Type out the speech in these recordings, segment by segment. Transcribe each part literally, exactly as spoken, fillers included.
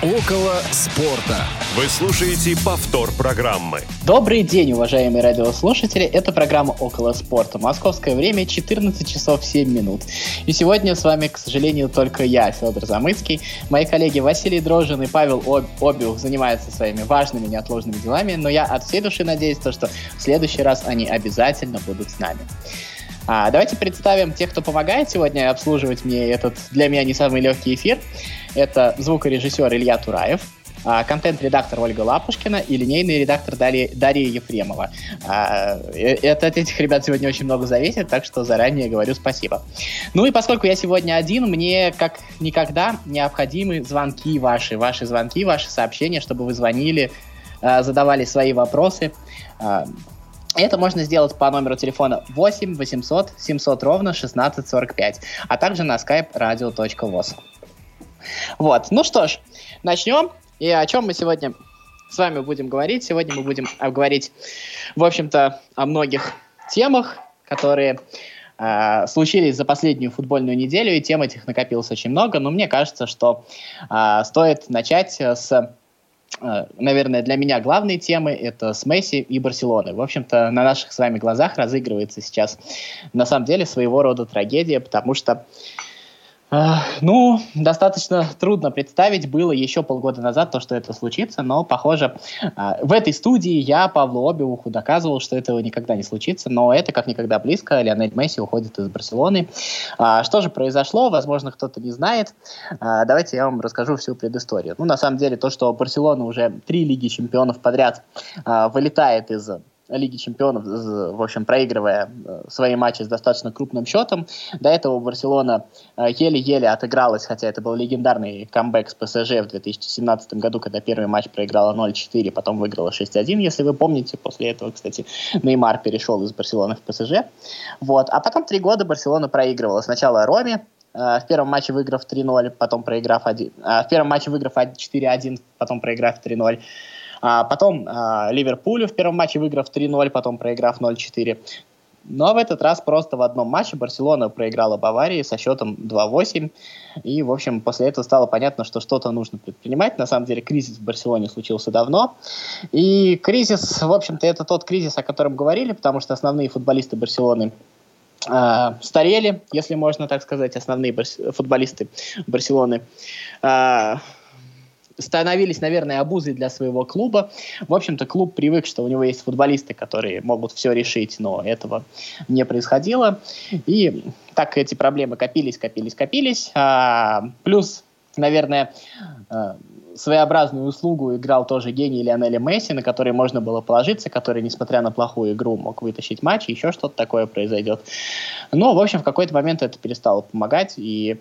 Около спорта. Вы слушаете повтор программы. Добрый день, уважаемые радиослушатели. Это программа «Около спорта». Московское время четырнадцать часов семь минут. И сегодня с вами, к сожалению, только я, Федор Замыцкий. Мои коллеги Василий Дрожжин и Павел Об- Обиух занимаются своими важными, неотложными делами, но я от всей души надеюсь, что в следующий раз они обязательно будут с нами. А, давайте представим тех, кто помогает сегодня обслуживать мне этот, для меня, не самый легкий эфир. Это звукорежиссер Илья Тураев, а, контент-редактор Ольга Лапушкина и линейный редактор Дарья, Дарья Ефремова. А, это, от этих ребят сегодня очень много зависит, так что заранее говорю спасибо. Ну и поскольку я сегодня один, мне как никогда необходимы звонки ваши, ваши звонки, ваши сообщения, чтобы вы звонили, задавали свои вопросы. Это можно сделать по номеру телефона восемь восемьсот семьсот ровно шестнадцать сорок пять, а также на skype radio точка voz. Вот, ну что ж, начнем. И о чем мы сегодня с вами будем говорить? Сегодня мы будем говорить, в общем-то, о многих темах, которые э, случились за последнюю футбольную неделю, и тем этих накопилось очень много, но мне кажется, что э, стоит начать с... Наверное, для меня главные темы — это с Месси и Барселоны. В общем-то, на наших с вами глазах разыгрывается сейчас, на самом деле, своего рода трагедия, потому что, э, ну, достаточно трудно представить было еще полгода назад то, что это случится, но, похоже, э, в этой студии я Павлу Обиуху доказывал, что этого никогда не случится, но это как никогда близко. Лионель Месси уходит из Барселоны. А, что же произошло? Возможно, кто-то не знает. А, давайте я вам расскажу всю предысторию. Ну, на самом деле, то, что Барселона уже три Лиги Чемпионов подряд а, вылетает из Лиги Чемпионов, в общем, проигрывая свои матчи с достаточно крупным счетом. До этого Барселона еле-еле отыгралась, хотя это был легендарный камбэк с ПСЖ в две тысячи семнадцатом году, когда первый матч проиграла ноль четыре, потом выиграла шесть один, если вы помните. После этого, кстати, Неймар перешел из Барселоны в ПСЖ. Вот. А потом три года Барселона проигрывала. Сначала Роме, в первом матче выиграв три ноль, потом проиграв один, в первом матче выиграв четыре один, потом проиграв три ноль. А потом а, Ливерпулю в первом матче выиграв три ноль, потом проиграв ноль четыре. Но в этот раз просто в одном матче Барселона проиграла Баварии со счетом два восемь. И, в общем, после этого стало понятно, что что-то нужно предпринимать. На самом деле кризис в Барселоне случился давно. И кризис, в общем-то, это тот кризис, о котором говорили, потому что основные футболисты Барселоны э, старели, если можно так сказать, основные барс- футболисты Барселоны э, становились, наверное, обузой для своего клуба. В общем-то, клуб привык, что у него есть футболисты, которые могут все решить, но этого не происходило. И так эти проблемы копились, копились, копились. А, плюс, наверное, своеобразную услугу играл тоже гений Лионеля Месси, на который можно было положиться, который, несмотря на плохую игру, мог вытащить матч, и еще что-то такое произойдет. Но, в общем, в какой-то момент это перестало помогать, и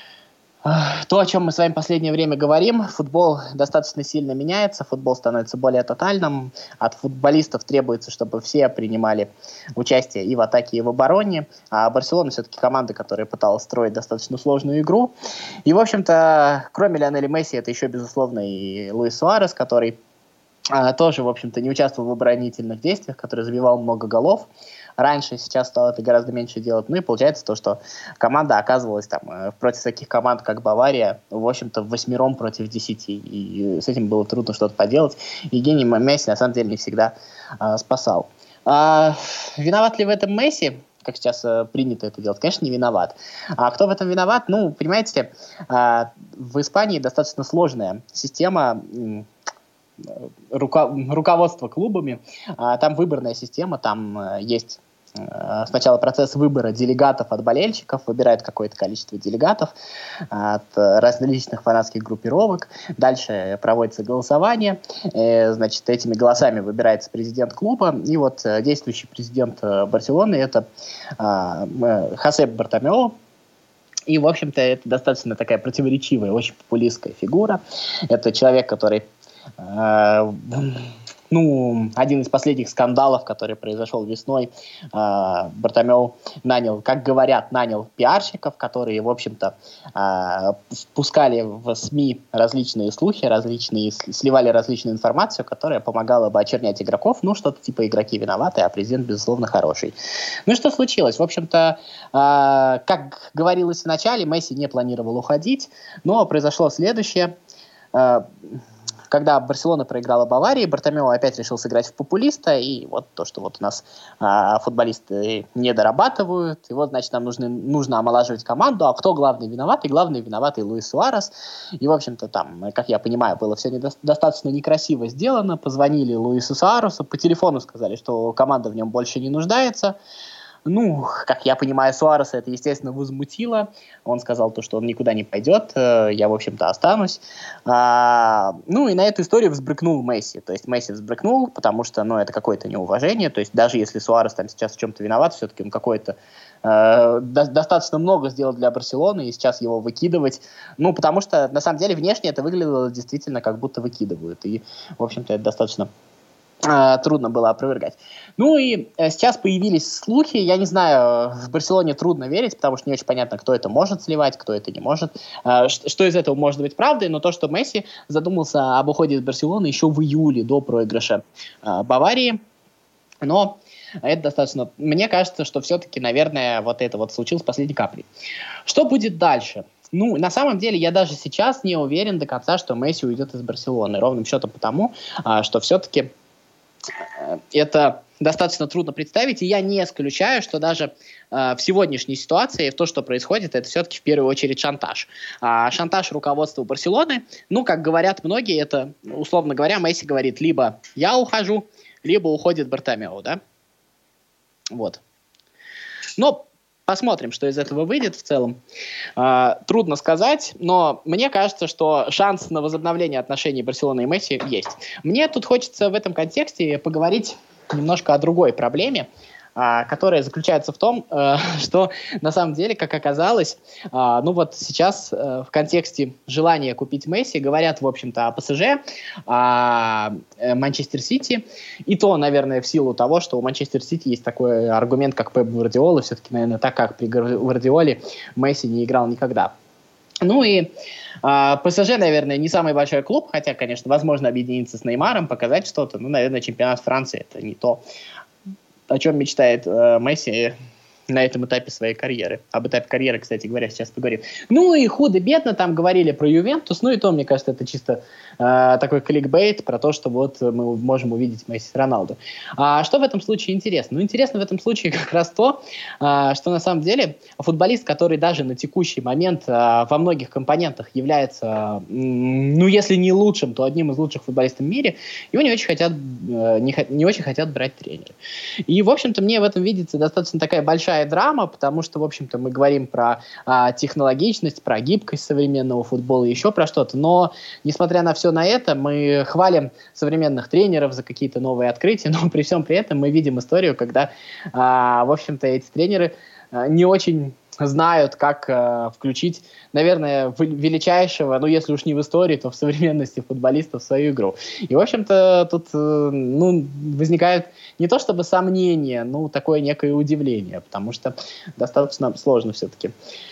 то, о чем мы с вами в последнее время говорим, футбол достаточно сильно меняется, футбол становится более тотальным, от футболистов требуется, чтобы все принимали участие и в атаке, и в обороне, а Барселона все-таки команда, которая пыталась строить достаточно сложную игру. И, в общем-то, кроме Лионеля Месси, это еще, безусловно, и Луис Суарес, который а, тоже, в общем-то, не участвовал в оборонительных действиях, который забивал много голов. Раньше, сейчас стало это гораздо меньше делать. Ну и получается то, что команда оказывалась там против таких команд, как Бавария, в общем-то, восьмером против десяти. И с этим было трудно что-то поделать. И гений Месси, на самом деле, не всегда а, спасал. А, виноват ли в этом Месси? Как сейчас а, принято это делать? Конечно, не виноват. А кто в этом виноват? Ну, понимаете, а, в Испании достаточно сложная система руко- руководства клубами. А, там выборная система, там а, есть сначала процесс выбора делегатов от болельщиков, выбирает какое-то количество делегатов от различных фанатских группировок. Дальше проводится голосование. Значит, этими голосами выбирается президент клуба. И вот действующий президент Барселоны — это Хосе Бартомеу. И, в общем-то, это достаточно такая противоречивая, очень популистская фигура. Это человек, который... Ну, один из последних скандалов, который произошел весной, э, Бартомеу нанял, как говорят, нанял пиарщиков, которые, в общем-то, э, впускали в СМИ различные слухи, различные, сливали различную информацию, которая помогала бы очернять игроков. Ну, что-то типа игроки виноваты, а президент, безусловно, хороший. Ну и что случилось? В общем-то, э, как говорилось в начале, Месси не планировал уходить, но произошло следующее. когда Барселона проиграла Баварии, Бартомео опять решил сыграть в популиста, и вот то, что вот у нас а, футболисты не дорабатывают, и вот, значит, нам нужно, нужно омолаживать команду, а кто главный виноватый? Главный виноватый Луис Суарес, и, в общем-то, там, как я понимаю, было все недо- достаточно некрасиво сделано, позвонили Луису Суаресу, по телефону сказали, что команда в нем больше не нуждается. Ну, как я понимаю, Суареса это, естественно, возмутило. Он сказал то, что он никуда не пойдет, я, в общем-то, останусь. А, ну, и на эту историю взбрыкнул Месси. То есть Месси взбрыкнул, потому что, ну, это какое-то неуважение. То есть даже если Суарес там сейчас в чем-то виноват, все-таки он какой-то э, до- достаточно много сделал для Барселоны, и сейчас его выкидывать. Ну, потому что, на самом деле, внешне это выглядело действительно, как будто выкидывают. И, в общем-то, это достаточно трудно было опровергать. Ну и сейчас появились слухи, я не знаю, в Барселоне трудно верить, потому что не очень понятно, кто это может сливать, кто это не может, что из этого может быть правдой, но то, что Месси задумался об уходе из Барселоны еще в июле, до проигрыша Баварии, но это достаточно... Мне кажется, что все-таки, наверное, вот это вот случилось последней каплей. Что будет дальше? Ну, на самом деле, я даже сейчас не уверен до конца, что Месси уйдет из Барселоны, ровным счетом потому, что все-таки это достаточно трудно представить, и я не исключаю, что даже э, в сегодняшней ситуации то, что происходит, это все-таки в первую очередь шантаж. А шантаж руководства Барселоны, ну, как говорят многие, это, условно говоря, Месси говорит, либо я ухожу, либо уходит Бартомео, да? Вот. Но посмотрим, что из этого выйдет в целом. А, трудно сказать, но мне кажется, что шанс на возобновление отношений Барселоны и Месси есть. Мне тут хочется в этом контексте поговорить немножко о другой проблеме, а, которая заключается в том, а, что на самом деле, как оказалось, а, ну вот сейчас а, в контексте желания купить Месси говорят, в общем-то, о ПСЖ, о Манчестер Сити, и то, наверное, в силу того, что у Манчестер Сити есть такой аргумент, как Пеп Гвардиола, все-таки, наверное, так как при Гвардиоле Месси не играл никогда. Ну и э, ПСЖ, наверное, не самый большой клуб, хотя, конечно, возможно объединиться с Неймаром, показать что-то. Ну, наверное, чемпионат Франции – это не то, о чем мечтает э, Месси на этом этапе своей карьеры. Об этапе карьеры, кстати говоря, сейчас поговорим. Ну и худо-бедно там говорили про Ювентус, ну и то, мне кажется, это чисто э, такой кликбейт про то, что вот мы можем увидеть Месси с Роналду. А что в этом случае интересно? Ну, интересно в этом случае как раз то, э, что на самом деле футболист, который даже на текущий момент э, во многих компонентах является, э, ну, если не лучшим, то одним из лучших футболистов в мире, его не очень хотят, э, не, не очень хотят брать тренеры. И, в общем-то, мне в этом видится достаточно такая большая драма, потому что, в общем-то, мы говорим про а, технологичность, про гибкость современного футбола и еще про что-то, но, несмотря на все на это, мы хвалим современных тренеров за какие-то новые открытия, но при всем при этом мы видим историю, когда, а, в общем-то, эти тренеры а, не очень знают, как э, включить, наверное, величайшего, ну, если уж не в истории, то в современности футболиста в свою игру. И, в общем-то, тут э, ну, возникает не то чтобы сомнение, ну, такое некое удивление, потому что достаточно сложно все-таки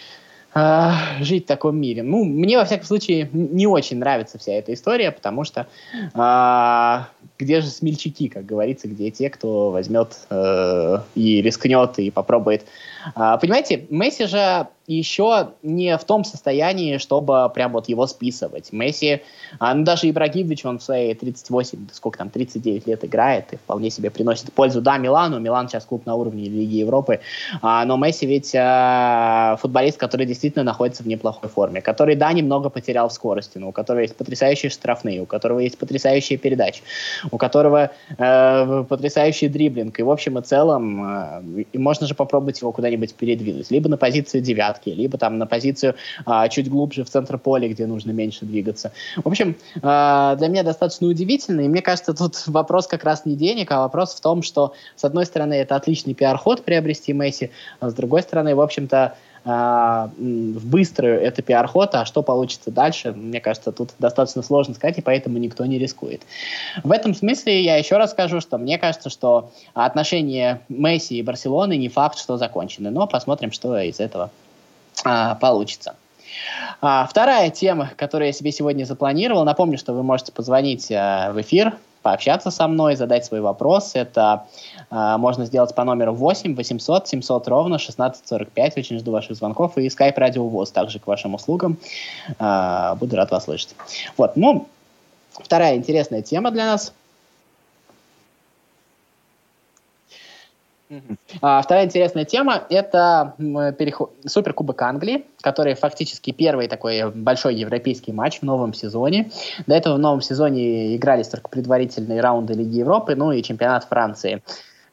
э, жить в таком мире. Ну, мне, во всяком случае, не очень нравится вся эта история, потому что э, где же смельчаки, как говорится, где те, кто возьмет э, и рискнет, и попробует. Э, понимаете, Месси же еще не в том состоянии, чтобы прям вот его списывать. Месси, а, ну даже Ибрагимович, он в свои тридцать восемь, сколько там, тридцать девять лет играет и вполне себе приносит пользу. Да, Милану, Милан сейчас клуб на уровне Лиги Европы, а, но Месси ведь а, футболист, который действительно находится в неплохой форме, который, да, немного потерял в скорости, но у которого есть потрясающие штрафные, у которого есть потрясающие передачи, у которого э, потрясающий дриблинг, и в общем и целом э, можно же попробовать его куда-нибудь передвинуть, либо на позицию девятки, либо там на позицию а, чуть глубже в центр поля, где нужно меньше двигаться. В общем, а, для меня достаточно удивительно, и мне кажется, тут вопрос как раз не денег, а вопрос в том, что, с одной стороны, это отличный пиар-ход приобрести Месси, а с другой стороны, в общем-то, а, в быструю это пиар-ход, а что получится дальше, мне кажется, тут достаточно сложно сказать, и поэтому никто не рискует. В этом смысле я еще раз скажу, что мне кажется, что отношения Месси и Барселоны не факт, что закончены, но посмотрим, что из этого А, получится. А, вторая тема, которую я себе сегодня запланировал, напомню, что вы можете позвонить а, в эфир пообщаться со мной, задать свой вопрос. Это э, можно сделать по номеру восемь восемьсот семьсот ровно шестнадцать сорок пять. Очень жду ваших звонков. И Skype Радио ВОС также к вашим услугам. Э, буду рад вас слышать. Вот, ну, вторая интересная тема для нас. А, вторая интересная тема – это переход... Суперкубок Англии, который фактически первый такой большой европейский матч в новом сезоне. До этого в новом сезоне игрались только предварительные раунды Лиги Европы, ну и чемпионат Франции.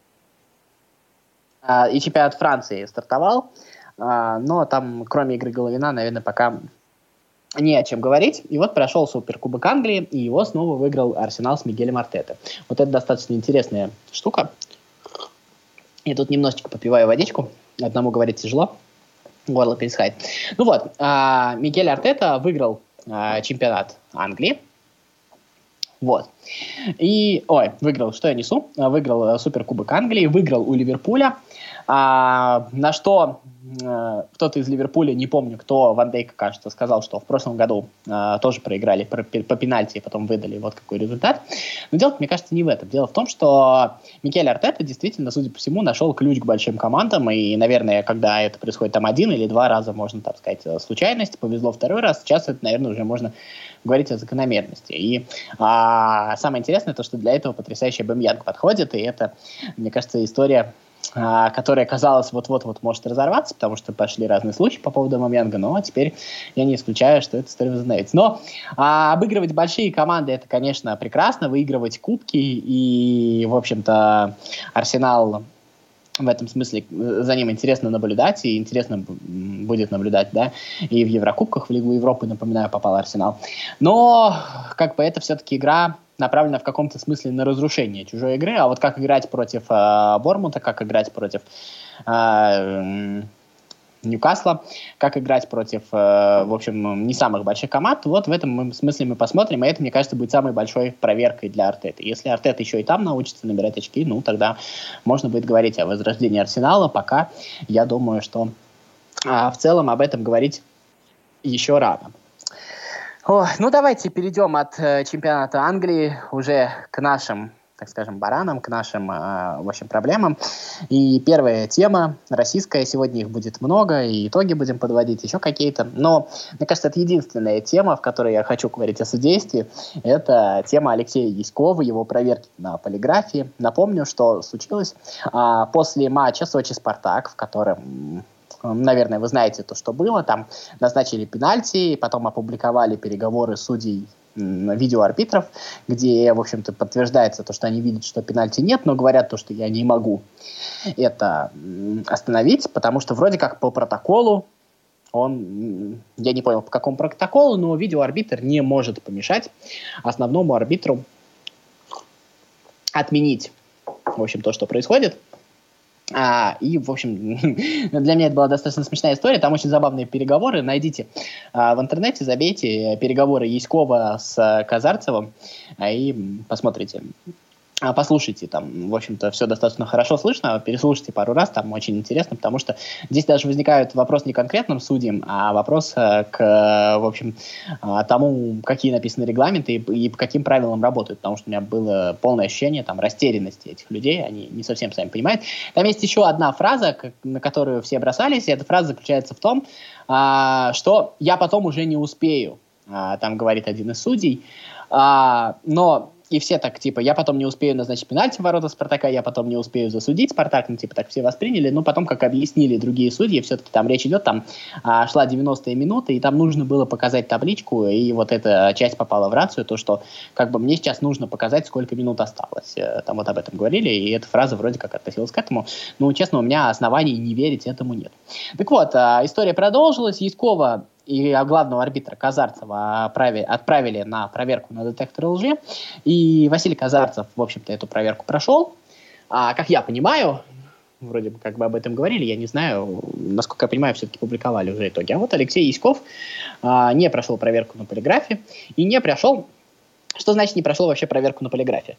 А, и чемпионат Франции стартовал, а, но там, кроме игры Головина, наверное, пока не о чем говорить. И вот прошел Суперкубок Англии, и его снова выиграл Арсенал с Мигелем Артетой. Вот это достаточно интересная штука. Я тут немножечко попиваю водичку. Одному говорить тяжело. Горло пересыхает. Ну вот, а, Мигель Артета выиграл а, чемпионат Англии. Вот. И, ой, выиграл, что я несу? Выиграл а, Суперкубок Англии, выиграл у Ливерпуля. А, на что а, кто-то из Ливерпуля, не помню кто, Ван Дейк, кажется, сказал, что в прошлом году а, тоже проиграли по, по пенальти и потом выдали вот какой результат. Но дело, мне кажется, не в этом. Дело в том, что Микель Артета действительно, судя по всему, нашел ключ к большим командам. И, наверное, когда это происходит там один или два раза, можно, так сказать, случайность. Повезло второй раз. Сейчас это, наверное, уже можно говорить о закономерности. И а, самое интересное, то, что для этого потрясающий Обамейянг подходит. И это, мне кажется, история, а, которая, казалось, вот-вот-вот может разорваться, потому что пошли разные случаи по поводу Обамейянга. Но теперь я не исключаю, что эта история возобновится. Но а, обыгрывать большие команды — это, конечно, прекрасно. Выигрывать кубки. И, в общем-то, Арсенал... В этом смысле за ним интересно наблюдать, и интересно будет наблюдать, да, и в Еврокубках, в Лигу Европы, напоминаю, попал Арсенал. Но, как бы, это все-таки игра, направлена в каком-то смысле на разрушение чужой игры, а вот как играть против э, Бормута, как играть против э, Ньюкасла, как играть против, э, в общем, не самых больших команд, вот в этом смысле мы посмотрим, и это, мне кажется, будет самой большой проверкой для Артеты. Если Артета еще и там научится набирать очки, ну, тогда можно будет говорить о возрождении Арсенала, пока я думаю, что э, в целом об этом говорить еще рано. О, ну, давайте перейдем от э, чемпионата Англии уже к нашим, так скажем, баранам, к нашим, э, в общем, проблемам. И первая тема российская, сегодня их будет много, и итоги будем подводить, еще какие-то. Но, мне кажется, это единственная тема, в которой я хочу говорить о судействе. Это тема Алексея Яськова, его проверки на полиграфии. Напомню, что случилось э, после матча Сочи-Спартак, в котором... Наверное, вы знаете то, что было. Там назначили пенальти, потом опубликовали переговоры судей, видеоарбитров, где, в общем-то, подтверждается то, что они видят, что пенальти нет, но говорят то, что я не могу это остановить, потому что вроде как по протоколу он, я не понял, по какому протоколу, но видеоарбитр не может помешать основному арбитру отменить, в общем, то, что происходит. А, и, в общем, для меня это была достаточно смешная история. Там очень забавные переговоры. Найдите а, в интернете, забейте переговоры Яськова с Казарцевым а, и посмотрите. А, послушайте, там, в общем-то, все достаточно хорошо слышно. Переслушайте пару раз, там очень интересно, потому что здесь даже возникает вопрос не конкретным судьям, а вопрос а, к, в общем, а, тому, какие написаны регламенты и, и по каким правилам работают, потому что у меня было полное ощущение там растерянности этих людей, они не совсем сами понимают. Там есть еще одна фраза, на которую все бросались, и эта фраза заключается в том, а, что «я потом уже не успею», а, там говорит один из судей, а, но... И все так, типа, я потом не успею назначить пенальти в ворота Спартака, я потом не успею засудить Спартак, ну, типа, так все восприняли. Но потом, как объяснили другие судьи, все-таки там речь идет, там а, шла девяностая минута, и там нужно было показать табличку, и вот эта часть попала в рацию, то, что, как бы, мне сейчас нужно показать, сколько минут осталось. Там вот об этом говорили, и эта фраза вроде как относилась к этому. Но, честно, у меня оснований не верить этому нет. Так вот, а, история продолжилась, Яськова и главного арбитра Казарцева отправили, отправили на проверку на детектор лжи. И Василий Казарцев, в общем-то, эту проверку прошел. А, как я понимаю, вроде бы как бы об этом говорили, я не знаю, насколько я понимаю, все-таки публиковали уже итоги. А вот Алексей Яськов а, не прошел проверку на полиграфе и не прошел... Что значит не прошел вообще проверку на полиграфе?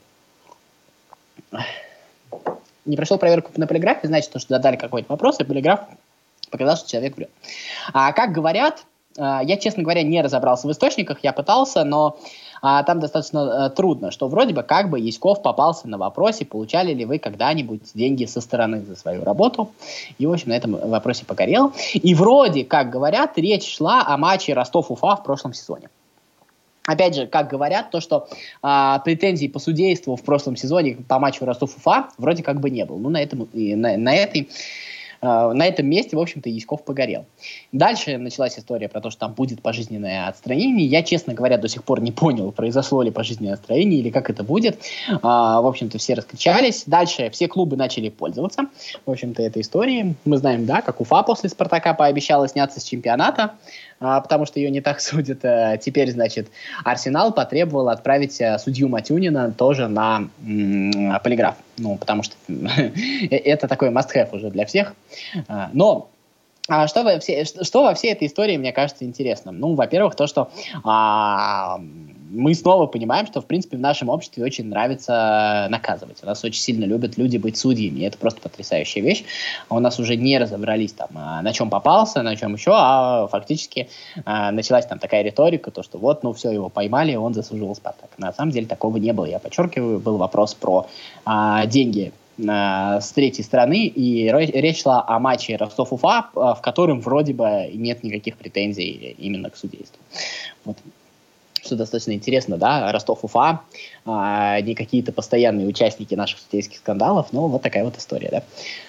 Не прошел проверку на полиграфе, значит, что задали какой-то вопрос, и полиграф показал, что человек врет. А как говорят... я, честно говоря, не разобрался в источниках, я пытался, но а, там достаточно а, трудно, что вроде бы как бы Яськов попался на вопросе, получали ли вы когда-нибудь деньги со стороны за свою работу, и, в общем, на этом вопросе погорел. И вроде, как говорят, речь шла о матче Ростов-Уфа в прошлом сезоне. Опять же, как говорят, то, что а, претензий по судейству в прошлом сезоне по матчу Ростов-Уфа вроде как бы не было. Ну, на этом, и на, на этой... На этом месте, в общем-то, Яськов погорел. Дальше началась история про то, что там будет пожизненное отстранение. Я, честно говоря, до сих пор не понял, произошло ли пожизненное отстранение или как это будет. А, в общем-то, все раскричались. Дальше все клубы начали пользоваться, в общем-то, этой историей. Мы знаем, да, как Уфа после «Спартака» пообещала сняться с чемпионата, а, потому что ее не так судят. А, теперь, значит, «Арсенал» потребовал отправить а, судью Матюнина тоже на м- полиграф. Ну, потому что это такой must-have уже для всех. Но а что, во все, что во всей этой истории, мне кажется, интересно? Ну, во-первых, то, что а, мы снова понимаем, что, в принципе, в нашем обществе очень нравится наказывать. У нас очень сильно любят люди быть судьями. И это просто потрясающая вещь. У нас уже не разобрались, там, на чем попался, на чем еще, а фактически а, началась там такая риторика, то, что вот, ну, все, его поймали, он заслуживал «Спартак». На самом деле такого не было. Я подчеркиваю, был вопрос про а, деньги с третьей стороны, и речь шла о матче Ростов-Уфа, в котором вроде бы нет никаких претензий именно к судейству. Вот. Что достаточно интересно, да, Ростов-Уфа, а, не какие-то постоянные участники наших судейских скандалов, но вот такая вот история,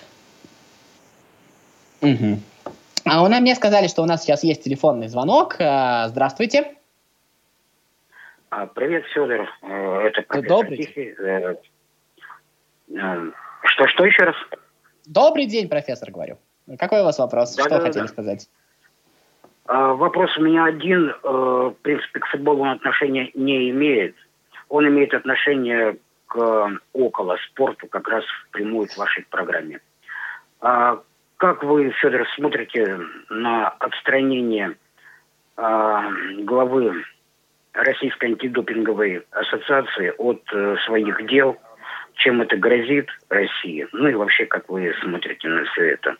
да. Угу. А у нас мне сказали, что у нас сейчас есть телефонный звонок. Здравствуйте. Привет, Федор. Это профессор Добрый Тихий. Что, что еще раз? Добрый день, профессор, говорю. Какой у вас вопрос? Да, что да, хотели да. сказать? А, вопрос у меня один. В принципе, к футболу он отношения не имеет. Он имеет отношение к около спорту, как раз впрямую к вашей программе. А, как вы, Федор, смотрите на отстранение а, главы Российской антидопинговой ассоциации от а, своих дел? Чем это грозит России? Ну и вообще, как вы смотрите на все это?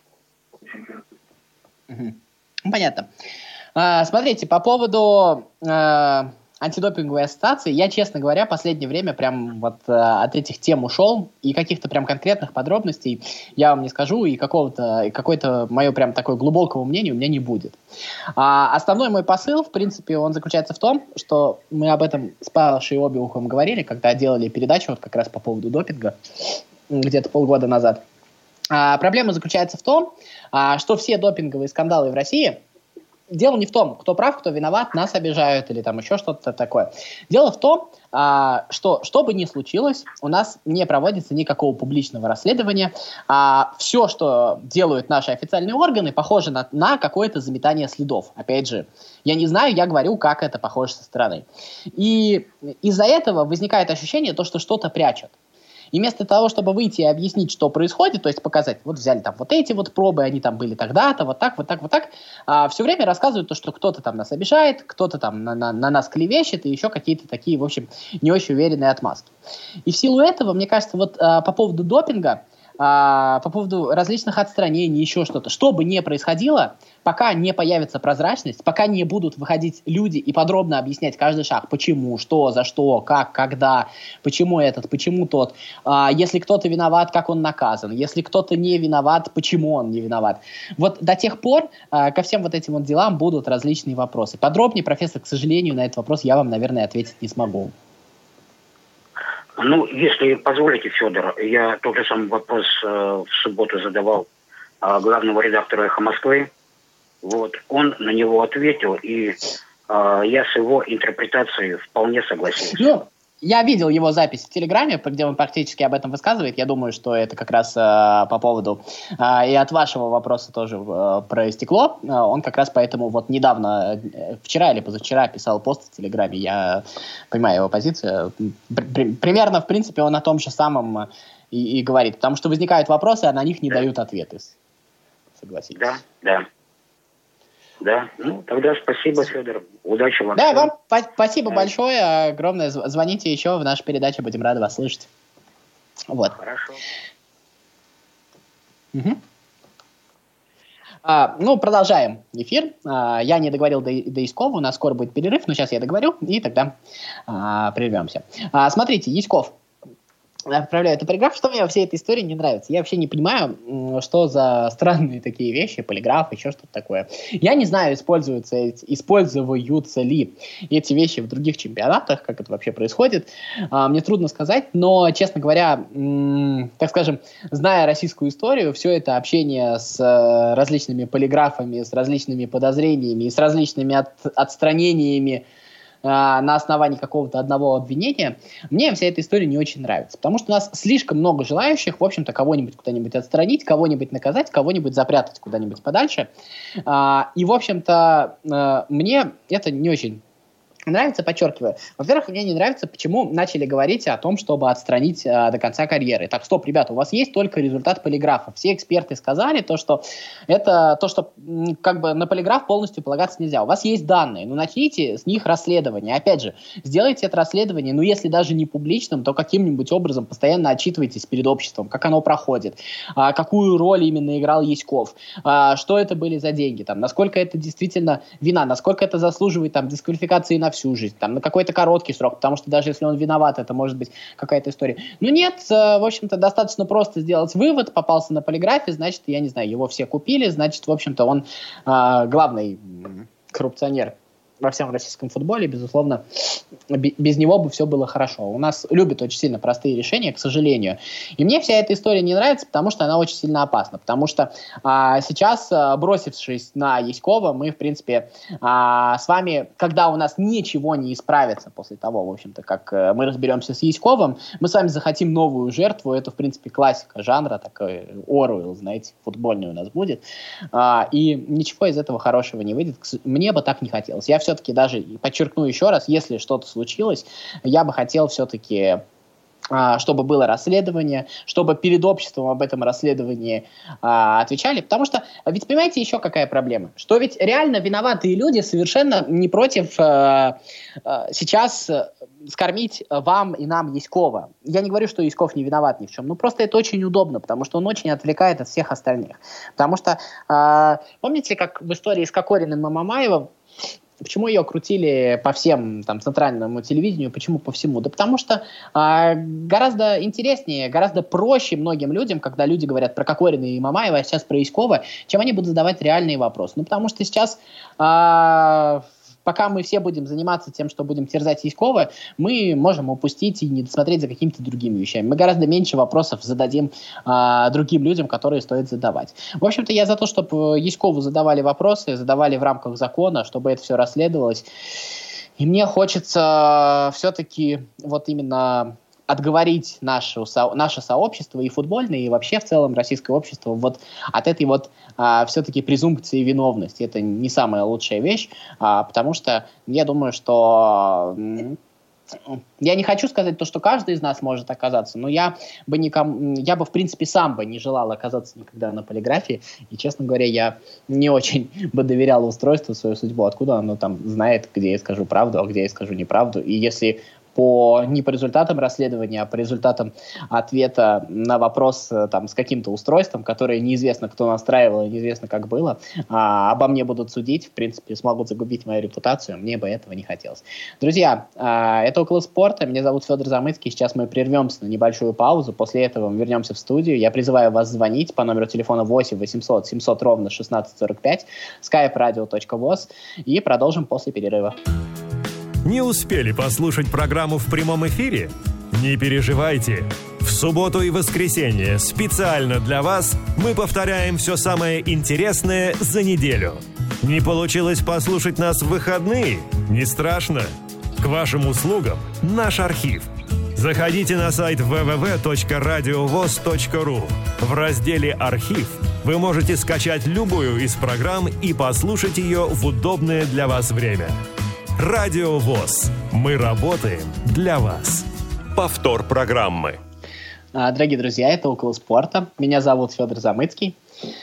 Угу. Понятно. А, смотрите, по поводу а, антидопинговой ассоциации, я, честно говоря, в последнее время прям вот а, от этих тем ушел, и каких-то прям конкретных подробностей я вам не скажу, и какого-то, и какое-то мое прям такое глубокого мнения у меня не будет. А, основной мой посыл, в принципе, он заключается в том, что мы об этом с Пашей Обиуховым говорили, когда делали передачу вот как раз по поводу допинга где-то полгода назад. А, проблема заключается в том, а, что все допинговые скандалы в России... Дело не в том, кто прав, кто виноват, нас обижают или там еще что-то такое. Дело в том, а, что, что бы ни случилось, у нас не проводится никакого публичного расследования. А все, что делают наши официальные органы, похоже на, на какое-то заметание следов. Опять же, я не знаю, я говорю, как это похоже со стороны. И из-за этого возникает ощущение, то, что что-то прячут. И вместо того, чтобы выйти и объяснить, что происходит, то есть показать, вот взяли там вот эти вот пробы, они там были тогда-то, вот так, вот так, вот так, а, все время рассказывают то, что кто-то там нас обижает, кто-то там на, на, на нас клевещет, и еще какие-то такие, в общем, не очень уверенные отмазки. И в силу этого, мне кажется, вот а, по поводу допинга, а, по поводу различных отстранений, еще что-то, что бы ни происходило, пока не появится прозрачность, пока не будут выходить люди и подробно объяснять каждый шаг, почему, что, за что, как, когда, почему этот, почему тот, а, если кто-то виноват, как он наказан, если кто-то не виноват, почему он не виноват. Вот до тех пор а, ко всем вот этим вот делам будут различные вопросы. Подробнее, профессор, к сожалению, на этот вопрос я вам, наверное, ответить не смогу. Ну, если позволите, Федор, я тот же самый вопрос э, в субботу задавал э, главному редактору «Эхо Москвы». Вот, он на него ответил, и э, я с его интерпретацией вполне согласился. Ну, я видел его запись в Телеграме, где он практически об этом высказывает. Я думаю, что это как раз э, по поводу э, и от вашего вопроса тоже э, проистекло. Э, он как раз поэтому вот недавно, э, вчера или позавчера писал пост в Телеграме. Я понимаю его позицию. При, примерно, в принципе, он о том же самом и, и говорит. Потому что возникают вопросы, а на них не да. дают ответы. Согласитесь. Да, да. Да, ну тогда спасибо, Федор. Удачи вам. Да, вам по- спасибо да. большое, огромное. Звоните еще в нашу передачу, будем рады вас слышать. Вот. Хорошо. Угу. А, ну, продолжаем эфир. А, я не договорил до, до Яськова, у нас скоро будет перерыв, но сейчас я договорю, и тогда а, прервемся. А, смотрите, Яськов отправляю эту полиграф. Что мне во всей этой истории не нравится? Я вообще не понимаю, что за странные такие вещи, полиграф, еще что-то такое. Я не знаю, используются, используются ли эти вещи в других чемпионатах, как это вообще происходит. Мне трудно сказать, но, честно говоря, так скажем, зная российскую историю, все это общение с различными полиграфами, с различными подозрениями и с различными от, отстранениями на основании какого-то одного обвинения, мне вся эта история не очень нравится. Потому что у нас слишком много желающих, в общем-то, кого-нибудь куда-нибудь отстранить, кого-нибудь наказать, кого-нибудь запрятать куда-нибудь подальше. И, в общем-то, мне это не очень нравится, подчеркиваю. Во-первых, мне не нравится, почему начали говорить о том, чтобы отстранить а, до конца карьеры. Так, стоп, ребята, у вас есть только результат полиграфа. Все эксперты сказали то, что это то, что м, как бы на полиграф полностью полагаться нельзя. У вас есть данные, ну начните с них расследование. Опять же, сделайте это расследование, ну если даже не публичным, то каким-нибудь образом постоянно отчитывайтесь перед обществом, как оно проходит, а, какую роль именно играл Яськов, а, что это были за деньги, там, насколько это действительно вина, насколько это заслуживает там дисквалификации на всю жизнь, там, на какой-то короткий срок, потому что даже если он виноват, это может быть какая-то история. Ну нет, в общем-то, достаточно просто сделать вывод, попался на полиграфе, значит, я не знаю, его все купили, значит, в общем-то, он э, главный коррупционер во всем российском футболе, безусловно, без него бы все было хорошо. У нас любят очень сильно простые решения, к сожалению. И мне вся эта история не нравится, потому что она очень сильно опасна. Потому что а, сейчас, а, бросившись на Яськова, мы, в принципе, а, с вами, когда у нас ничего не исправится после того, в общем-то, как а, мы разберемся с Яськовым, мы с вами захотим новую жертву. Это, в принципе, классика жанра, такой Оруэлл, знаете, футбольный у нас будет. А, и ничего из этого хорошего не выйдет. Мне бы так не хотелось. Я все все-таки даже, подчеркну еще раз, если что-то случилось, я бы хотел все-таки, чтобы было расследование, чтобы перед обществом об этом расследовании а, отвечали. Потому что, ведь понимаете, еще какая проблема? Что ведь реально виноватые люди совершенно не против а, а, сейчас скормить вам и нам Яськова. Я не говорю, что Яськов не виноват ни в чем, но просто это очень удобно, потому что он очень отвлекает от всех остальных. Потому что, а, помните, как в истории с Кокориным и Мамаевым, почему ее крутили по всем там, центральному телевидению, почему по всему? Да потому что э, гораздо интереснее, гораздо проще многим людям, когда люди говорят про Кокорина и Мамаева, а сейчас про Яськова, чем они будут задавать реальные вопросы. Ну, потому что сейчас, э, пока мы все будем заниматься тем, что будем терзать Яськова, мы можем упустить и не досмотреть за какими-то другими вещами. Мы гораздо меньше вопросов зададим э, другим людям, которые стоит задавать. В общем-то, я за то, чтобы Яськову задавали вопросы, задавали в рамках закона, чтобы это все расследовалось. И мне хочется все-таки вот именно отговорить наше, наше сообщество и футбольное, и вообще в целом российское общество вот от этой вот а, все-таки презумпции виновности. Это не самая лучшая вещь, а, потому что я думаю, что... Я не хочу сказать то, что каждый из нас может оказаться, но я бы, никому, я бы в принципе сам бы не желал оказаться никогда на полиграфе, и, честно говоря, я не очень бы доверял устройству свою судьбу, откуда оно там знает, где я скажу правду, а где я скажу неправду, и если по, не по результатам расследования, а по результатам ответа на вопрос там, с каким-то устройством, которое неизвестно, кто настраивал, и неизвестно, как было, а, обо мне будут судить, в принципе, смогут загубить мою репутацию, мне бы этого не хотелось. Друзья, а, это «Около спорта», меня зовут Федор Замыцкий, сейчас мы прервемся на небольшую паузу, после этого мы вернемся в студию, я призываю вас звонить по номеру телефона восемь восемьсот семьсот ровно шестнадцать сорок пять, skype radio точка voz, и продолжим после перерыва. Не успели послушать программу в прямом эфире? Не переживайте. В субботу и воскресенье специально для вас мы повторяем все самое интересное за неделю. Не получилось послушать нас в выходные? Не страшно. К вашим услугам наш архив. Заходите на сайт дабл ю дабл ю дабл ю точка радиовоз точка ру. В разделе «Архив» вы можете скачать любую из программ и послушать ее в удобное для вас время. Радио ВОС. Мы работаем для вас. Повтор программы. Дорогие друзья, это «Около спорта». Меня зовут Федор Замыцкий.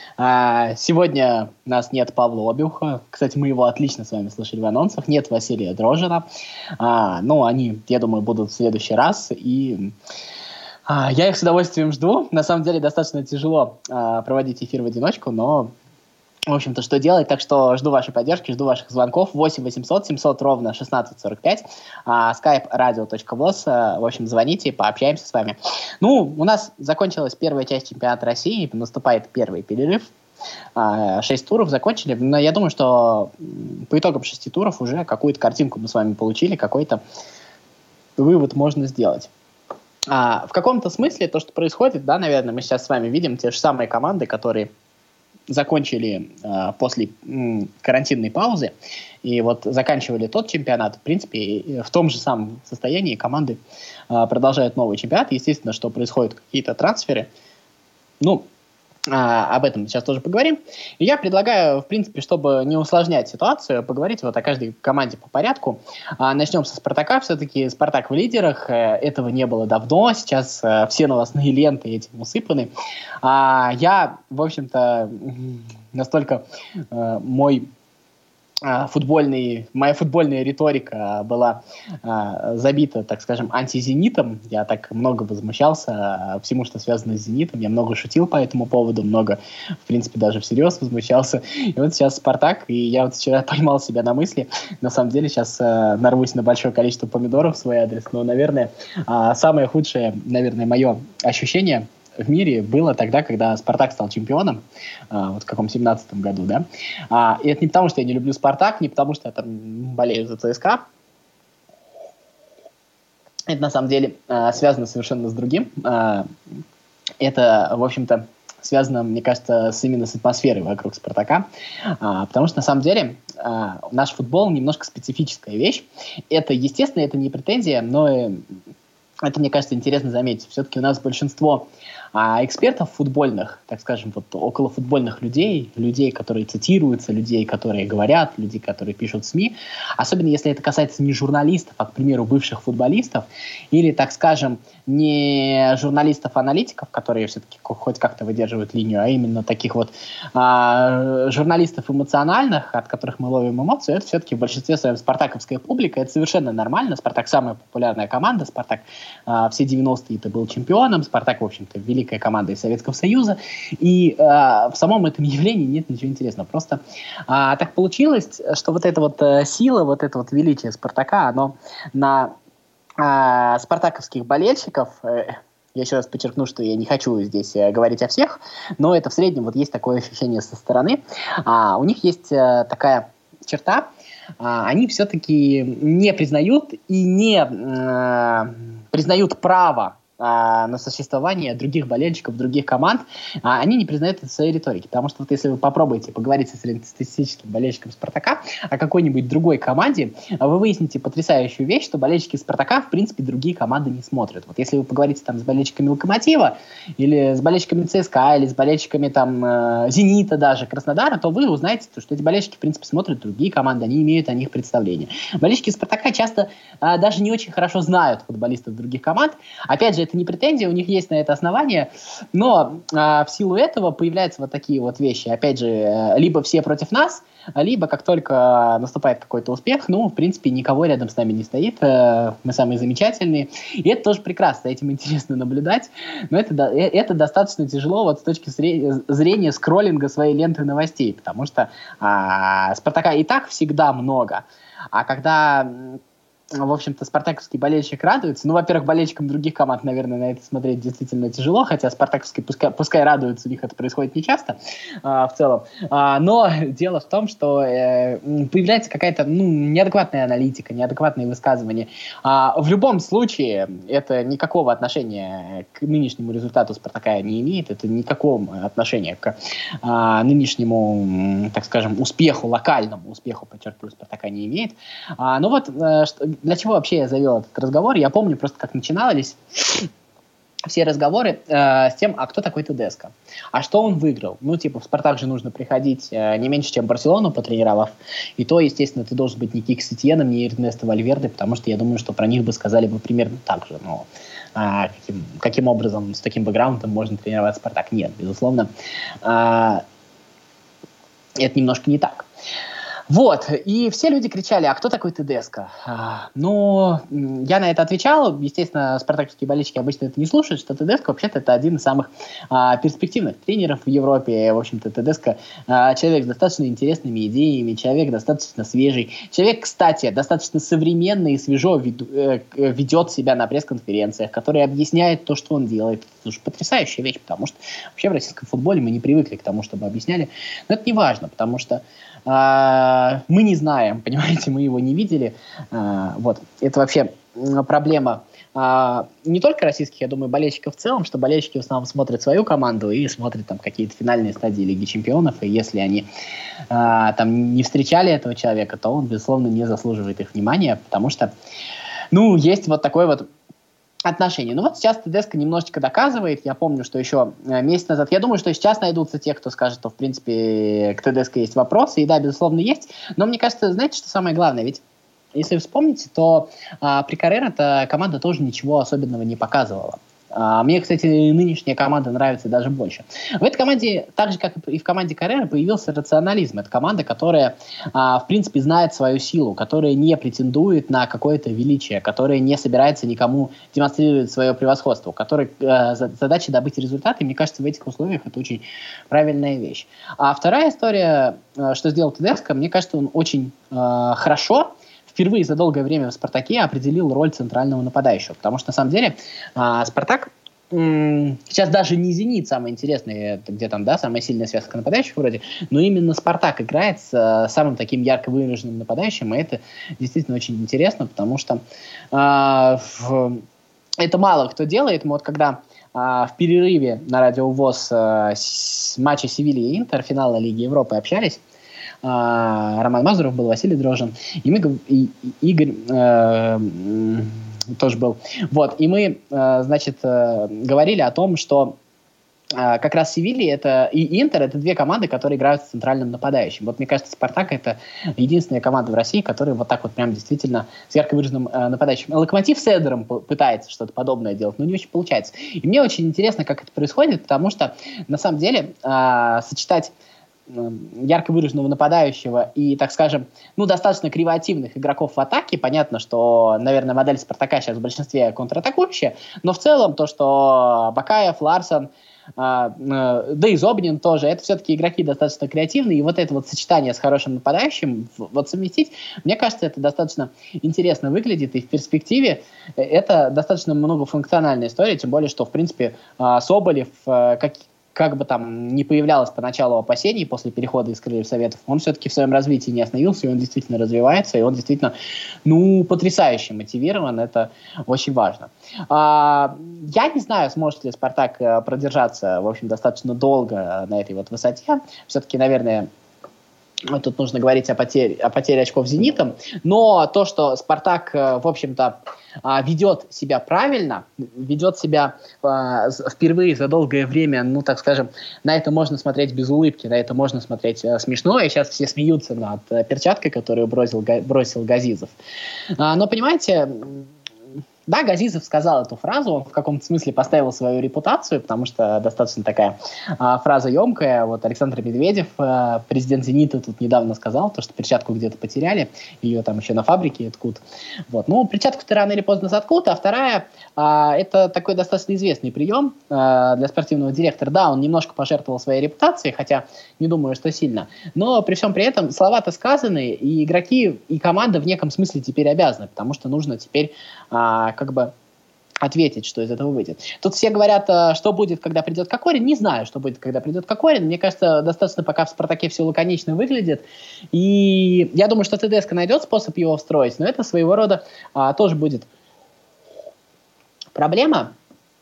Сегодня у нас нет Павла Обиуха. Кстати, мы его отлично с вами слышали в анонсах. Нет Василия Дрожжина. Но они, я думаю, будут в следующий раз. И я их с удовольствием жду. На самом деле, достаточно тяжело проводить эфир в одиночку, но в общем-то, что делать. Так что жду вашей поддержки, жду ваших звонков. восемь восемьсот семьсот ровно шестнадцать сорок пять. Skype радио точка воз. В общем, звоните, пообщаемся с вами. Ну, у нас закончилась первая часть чемпионата России. Наступает первый перерыв. Шесть туров закончили. Но я думаю, что по итогам шести туров уже какую-то картинку мы с вами получили, какой-то вывод можно сделать. А, в каком-то смысле то, что происходит, да, наверное, мы сейчас с вами видим те же самые команды, которые закончили э, после м, карантинной паузы и вот заканчивали тот чемпионат, в принципе, в том же самом состоянии команды э, продолжают новый чемпионат. Естественно, что происходят какие-то трансферы. Ну, э, об этом сейчас тоже поговорим. И я предлагаю, в принципе, чтобы не усложнять ситуацию, поговорить вот о каждой команде по порядку. Э, начнем со «Спартака». Все-таки «Спартак» в лидерах. Э, этого не было давно. Сейчас э, все новостные ленты этим усыпаны. А, я, в общем-то, настолько э, мой э, футбольный, моя футбольная риторика была э, забита, так скажем, антизенитом. Я так много возмущался всему, что связано с «Зенитом». Я много шутил по этому поводу, много, в принципе, даже всерьез возмущался. И вот сейчас «Спартак», и я вот вчера поймал себя на мысли, на самом деле сейчас э, нарвусь на большое количество помидоров в свой адрес, но, наверное, э, самое худшее, наверное, мое ощущение в мире было тогда, когда «Спартак» стал чемпионом, а, вот в каком семнадцатом году, да. А, и это не потому, что я не люблю «Спартак», не потому, что я там болею за ЦСКА. Это, на самом деле, а, связано совершенно с другим. А, это, в общем-то, связано, мне кажется, с, именно с атмосферой вокруг «Спартака». А, потому что, на самом деле, а, наш футбол немножко специфическая вещь. Это, естественно, это не претензия, но... Это, мне кажется, интересно заметить. Все-таки у нас большинство а, экспертов футбольных, так скажем, вот околофутбольных людей, людей, которые цитируются, людей, которые говорят, людей, которые пишут в СМИ, особенно если это касается не журналистов, а, к примеру, бывших футболистов, или, так скажем, не журналистов-аналитиков, которые все-таки хоть как-то выдерживают линию, а именно таких вот а, журналистов эмоциональных, от которых мы ловим эмоции, это все-таки в большинстве своем спартаковская публика. Это совершенно нормально. «Спартак» — самая популярная команда. «Спартак» а, все девяностые это был чемпионом. «Спартак», в общем-то, великая команда из Советского Союза. И а, в самом этом явлении нет ничего интересного. Просто а, так получилось, что вот эта вот а, сила, вот это вот величие «Спартака», оно на а, спартаковских болельщиков... Э, Я еще раз подчеркну, что я не хочу здесь э, говорить о всех, но это в среднем вот есть такое ощущение со стороны. А, у них есть э, такая черта, а, они все-таки не признают и не э, признают право на существование других болельщиков, других команд, а они не признают это в своей риторике. Потому что вот если вы попробуете поговорить со среднестатистическим болельщиком «Спартака» о какой-нибудь другой команде, вы выясните потрясающую вещь, что болельщики «Спартака» в принципе другие команды не смотрят. Вот если вы поговорите там с болельщиками «Локомотива» или с болельщиками ЦСКА, или с болельщиками там «Зенита» даже, Краснодара, то вы узнаете, что эти болельщики в принципе смотрят другие команды, они имеют о них представление. Болельщики «Спартака» часто а, даже не очень хорошо знают футболистов других команд. Опять же, это не претензия, у них есть на это основания, но а, в силу этого появляются вот такие вот вещи. Опять же, либо все против нас, либо как только наступает какой-то успех, ну, в принципе, никого рядом с нами не стоит, мы самые замечательные. И это тоже прекрасно, этим интересно наблюдать, но это, это достаточно тяжело вот с точки зрения скроллинга своей ленты новостей, потому что а, «Спартака» и так всегда много, а когда... В общем-то, спартаковский болельщик радуется. Ну, во-первых, болельщикам других команд, наверное, на это смотреть действительно тяжело, хотя спартаковский пускай, пускай радуются, у них это происходит нечасто а, в целом. А, но дело в том, что э, появляется какая-то ну, неадекватная аналитика, неадекватные высказывания. А, в любом случае, это никакого отношения к нынешнему результату «Спартака» не имеет, это никакого отношения к а, нынешнему, так скажем, успеху, локальному успеху, подчеркиваю, «Спартака» не имеет. А, ну вот, э, что для чего вообще я завел этот разговор? Я помню просто, как начинались все разговоры э, с тем, а кто такой Тедеско? А что он выиграл? Ну, типа, в «Спартак» же нужно приходить э, не меньше, чем Барселону потренировав. И то, естественно, ты должен быть не Кик Сетьеном, не Эрнесто Вальверде, потому что я думаю, что про них бы сказали бы примерно так же. Но э, каким, каким образом с таким бэкграундом можно тренировать «Спартак»? Нет, безусловно. Э, это немножко не так. Вот, и все люди кричали, а кто такой ТДСК? А, ну, я на это отвечал, естественно, спартаковские болельщики обычно это не слушают, что ТДСК вообще-то это один из самых а, перспективных тренеров в Европе, в общем-то, ТДСК а, человек с достаточно интересными идеями, человек достаточно свежий, человек, кстати, достаточно современный и свежо веду, э, ведет себя на пресс-конференциях, который объясняет то, что он делает. Это уже потрясающая вещь, потому что вообще в российском футболе мы не привыкли к тому, чтобы объясняли, но это не важно, потому что Uh, мы не знаем, понимаете, мы его не видели. Uh, вот. Это вообще проблема uh, не только российских, я думаю, болельщиков в целом, что болельщики в основном смотрят свою команду и смотрят там какие-то финальные стадии Лиги Чемпионов, и если они uh, там не встречали этого человека, то он, безусловно, не заслуживает их внимания, потому что, ну, есть вот такой вот отношения. Ну вот сейчас ТДСК немножечко доказывает. Я помню, что еще месяц назад... Я думаю, что сейчас найдутся те, кто скажет, что, в принципе, к ТДСК есть вопросы. И да, безусловно, есть. Но мне кажется, знаете, что самое главное? Ведь, если вы вспомните, то а, при Каррера-то команда тоже ничего особенного не показывала. А, мне, кстати, нынешняя команда нравится даже больше. В этой команде, так же, как и в команде Каррера, появился рационализм. Это команда, которая, а, в принципе, знает свою силу, которая не претендует на какое-то величие, которая не собирается никому демонстрировать свое превосходство, у которой а, задача добыть результаты. Мне кажется, в этих условиях это очень правильная вещь. А вторая история, а, что сделал ТДСК, мне кажется, он очень а, хорошо впервые за долгое время в «Спартаке» определил роль центрального нападающего. Потому что, на самом деле, а, «Спартак» м- сейчас даже не «Зенит» самое интересное, это где там, да, самая сильная связка нападающих вроде, но именно «Спартак» играет с а, самым таким ярко выраженным нападающим, и это действительно очень интересно, потому что а, в, это мало кто делает. Мы вот когда а, в перерыве на Радио ВОС а, с матча Севилья и Интер, финала Лиги Европы, общались, Роман Мазуров был, Василий Дрожжин, и мы, и, и Игорь э, тоже был. Вот, и мы, э, значит, э, говорили о том, что э, как раз Севилья это, и Интер — это две команды, которые играют с центральным нападающим. Вот, мне кажется, Спартак — это единственная команда в России, которая вот так вот прям действительно с ярко выраженным э, нападающим. Локомотив с Эдером пытается что-то подобное делать, но не очень получается. И мне очень интересно, как это происходит, потому что, на самом деле, э, сочетать ярко выраженного нападающего и, так скажем, ну, достаточно креативных игроков в атаке. Понятно, что, наверное, модель «Спартака» сейчас в большинстве контратакующая, но в целом то, что Бакаев, Ларсон, да и Зобнин тоже, это все-таки игроки достаточно креативные, и вот это вот сочетание с хорошим нападающим, вот совместить, мне кажется, это достаточно интересно выглядит, и в перспективе это достаточно многофункциональная история, тем более, что, в принципе, Соболев, как как бы там не появлялось поначалу опасений после перехода из Крыльев Советов, он все-таки в своем развитии не остановился, и он действительно развивается, и он действительно, ну, потрясающе мотивирован, это очень важно. А, я не знаю, сможет ли «Спартак» продержаться, в общем, достаточно долго на этой вот высоте. Все-таки, наверное, тут нужно говорить о потере, о потере очков «Зенитом», но то, что «Спартак», в общем-то, ведет себя правильно, ведет себя впервые за долгое время, ну, так скажем, на это можно смотреть без улыбки, на это можно смотреть смешно, и сейчас все смеются над перчаткой, которую бросил, бросил Газизов. Но, понимаете, да, Газизов сказал эту фразу, он в каком-то смысле поставил свою репутацию, потому что достаточно такая а, фраза емкая. Вот Александр Медведев, а, президент «Зенита», тут недавно сказал, то, что перчатку где-то потеряли, ее там еще на фабрике ткут. Вот. Ну, перчатку-то рано или поздно соткут, а вторая, а, это такой достаточно известный прием а, для спортивного директора. Да, он немножко пожертвовал своей репутацией, хотя не думаю, что сильно. Но при всем при этом слова-то сказаны, и игроки, и команда в неком смысле теперь обязаны, потому что нужно теперь а, как бы ответить, что из этого выйдет. Тут все говорят, что будет, когда придет Кокорин. Не знаю, что будет, когда придет Кокорин. Мне кажется, достаточно пока в «Спартаке» все лаконично выглядит. И я думаю, что ТДСК найдет способ его встроить, но это своего рода а, тоже будет проблема.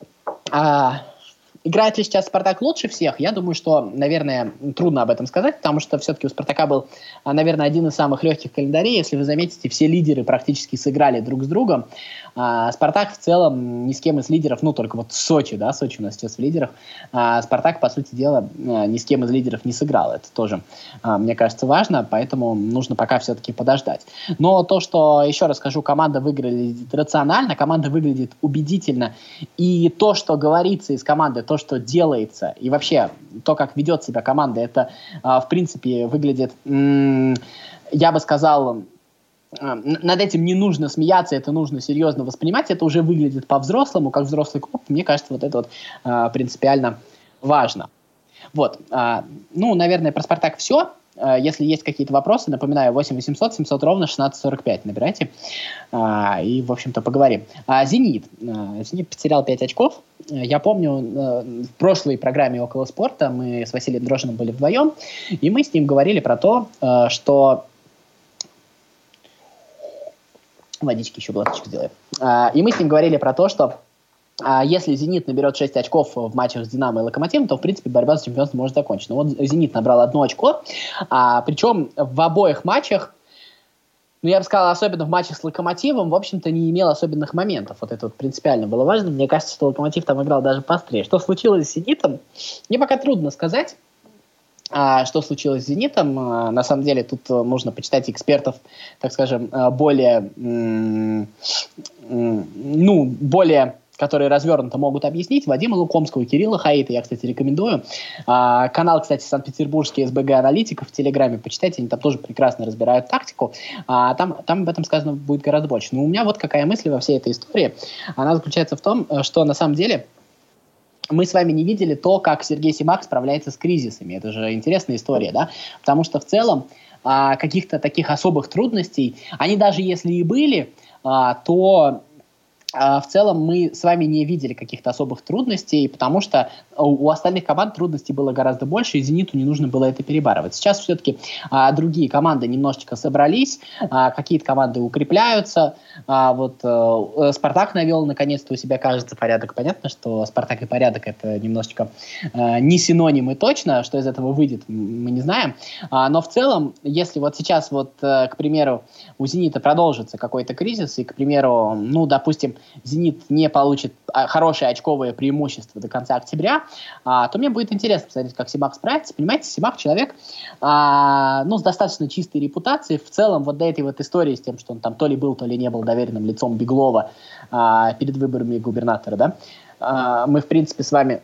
А, играет ли сейчас «Спартак» лучше всех? Я думаю, что, наверное, трудно об этом сказать, потому что все-таки у «Спартака» был, наверное, один из самых легких календарей. Если вы заметите, все лидеры практически сыграли друг с другом. А «Спартак» в целом ни с кем из лидеров, ну, только вот Сочи, да, Сочи у нас сейчас в лидерах, а «Спартак», по сути дела, ни с кем из лидеров не сыграл. Это тоже, мне кажется, важно, поэтому нужно пока все-таки подождать. Но то, что, еще раз скажу, команда выглядит рационально, команда выглядит убедительно, и то, что говорится из команды, то, то, что делается, и вообще то, как ведет себя команда, это, в принципе, выглядит, я бы сказал, над этим не нужно смеяться, это нужно серьезно воспринимать, это уже выглядит по-взрослому, как взрослый клуб. Мне кажется, вот это вот принципиально важно. Вот, ну, наверное, про «Спартак» все. Если есть какие-то вопросы, напоминаю, восемь восемьсот семьсот ровно шестнадцать сорок пять набирайте. А, и, в общем-то, поговорим. А, «Зенит». А, «Зенит» потерял пять очков. Я помню, в прошлой программе «Около спорта» мы с Василием Дрожжиным были вдвоем, и мы с ним говорили про то, что... Водички еще глоточек сделаем. А, и мы с ним говорили про то, что А если «Зенит» наберет шесть очков в матчах с «Динамо» и «Локомотивом», то, в принципе, борьба за чемпионство может закончиться. Но вот «Зенит» набрал одно очко, а, причем в обоих матчах, ну, я бы сказал, особенно в матчах с «Локомотивом», в общем-то, не имел особенных моментов. Вот это вот принципиально было важно. Мне кажется, что «Локомотив» там играл даже пострее. Что случилось с «Зенитом»? Мне пока трудно сказать. А что случилось с «Зенитом», на самом деле тут нужно почитать экспертов, так скажем, более, ну, более, которые развернуто могут объяснить. Вадима Лукомского, Кирилла Хаита я, кстати, рекомендую. А, канал, кстати, Санкт-Петербургский эс бэ гэ аналитиков в Телеграме, почитайте, они там тоже прекрасно разбирают тактику. А, там, там об этом сказано будет гораздо больше. Но у меня вот какая мысль во всей этой истории. Она заключается в том, что на самом деле мы с вами не видели то, как Сергей Симак справляется с кризисами. Это же интересная история, да? Потому что в целом а, каких-то таких особых трудностей, они даже если и были, а, то а, в целом мы с вами не видели каких-то особых трудностей, потому что у остальных команд трудностей было гораздо больше, и «Зениту» не нужно было это перебарывать. Сейчас все-таки а, другие команды немножечко собрались, а, какие-то команды укрепляются. А, вот а, «Спартак» навел наконец-то у себя, кажется, порядок. Понятно, что «Спартак» и порядок — это немножечко а, не синонимы точно, что из этого выйдет, мы не знаем. А, но в целом, если вот сейчас, вот, а, к примеру, у «Зенита» продолжится какой-то кризис, и, к примеру, ну, допустим, «Зенит» не получит хорошее очковое преимущество до конца октября, а, то мне будет интересно посмотреть, как Симак справится. Понимаете, Симак человек а, ну, с достаточно чистой репутацией. В целом, вот до этой вот истории с тем, что он там то ли был, то ли не был доверенным лицом Беглова а, перед выборами губернатора, да, а, мы, в принципе, с вами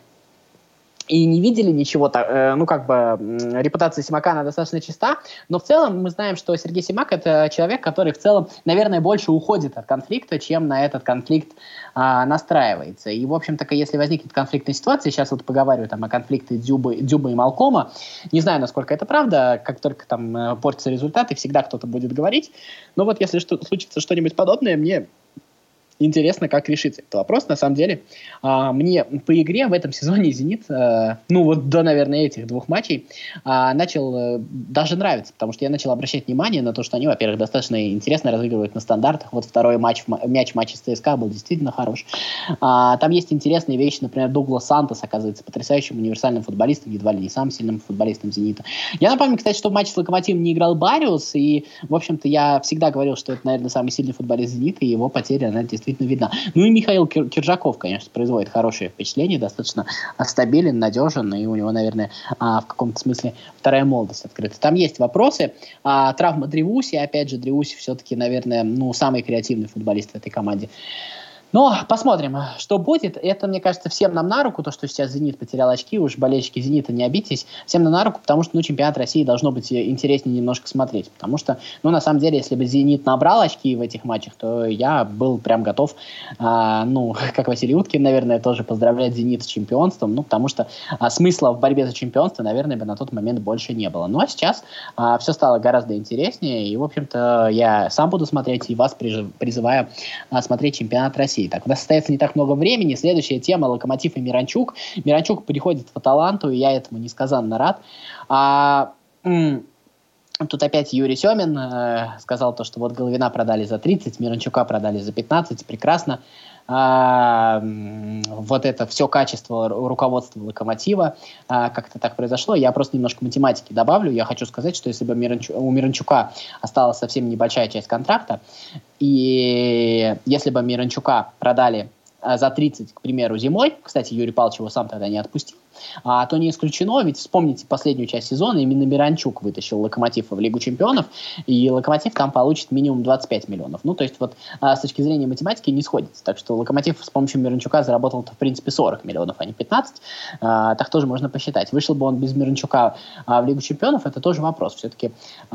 и не видели ничего, э, ну, как бы, репутация Симака, она достаточно чиста, но в целом мы знаем, что Сергей Симак — это человек, который в целом, наверное, больше уходит от конфликта, чем на этот конфликт э, настраивается. И, в общем-то, если возникнет конфликтная ситуация, сейчас вот поговорю там о конфликте Дзюбы, Дзюбы и Малкома, не знаю, насколько это правда, как только там э, портятся результаты, всегда кто-то будет говорить, но вот если что, случится что-нибудь подобное, мне интересно, как решится этот вопрос. На самом деле, а, мне по игре в этом сезоне «Зенит», а, ну вот до, наверное, этих двух матчей, а, начал а, даже нравиться, потому что я начал обращать внимание на то, что они, во-первых, достаточно интересно разыгрывают на стандартах. Вот второй матч, мяч в матче с ЦСКА был действительно хорош. А, там есть интересные вещи, например, Дуглас Сантос оказывается потрясающим универсальным футболистом, едва ли не самым сильным футболистом «Зенита». Я напомню, кстати, что в матче с «Локомотивом» не играл Бариус, и, в общем-то, я всегда говорил, что это, наверное, самый сильный футболист «Зенита», и его потеря, она действительно видна. Ну и Михаил Кир- Киржаков, конечно, производит хорошее впечатление, достаточно стабилен, надежен, и у него, наверное, а, в каком-то смысле вторая молодость открыта. Там есть вопросы. А, травма Древуси, опять же, Древуси все-таки, наверное, ну, самый креативный футболист в этой команде. Но посмотрим, что будет. Это, мне кажется, всем нам на руку, то, что сейчас «Зенит» потерял очки, уж болельщики «Зенита» не обидитесь, всем нам на руку, потому что, ну, чемпионат России должно быть интереснее немножко смотреть, потому что, ну, на самом деле, если бы «Зенит» набрал очки в этих матчах, то я был прям готов, а, ну, как Василий Уткин, наверное, тоже поздравлять «Зенит» с чемпионством, ну, потому что а, смысла в борьбе за чемпионство, наверное, бы на тот момент больше не было. Ну, а сейчас а, все стало гораздо интереснее, и, в общем-то, я сам буду смотреть, и вас призываю а, смотреть чемпионат России. Так, у нас остается не так много времени. Следующая тема — «Локомотив» и Миранчук. Миранчук переходит в «Аталанту», и я этому несказанно рад. А, м- тут опять Юрий Семин э, сказал то, что вот Головина продали за тридцать, Миранчука продали за пятнадцать. Прекрасно. А, вот это все качество руководства «Локомотива», а, как-то так произошло. Я просто немножко математики добавлю. Я хочу сказать, что если бы Миранчу... у Миранчука осталась совсем небольшая часть контракта, и если бы Миранчука продали за тридцать, к примеру, зимой, кстати, Юрий Павлович его сам тогда не отпустил, а, то не исключено, ведь вспомните последнюю часть сезона, именно Миранчук вытащил Локомотив в Лигу чемпионов, и Локомотив там получит минимум двадцать пять миллионов. Ну, то есть вот а, с точки зрения математики не сходится. Так что Локомотив с помощью Миранчука заработал, в принципе, сорок миллионов, а не пятнадцать. А, так тоже можно посчитать. Вышел бы он без Миранчука а, в Лигу чемпионов, это тоже вопрос. Все-таки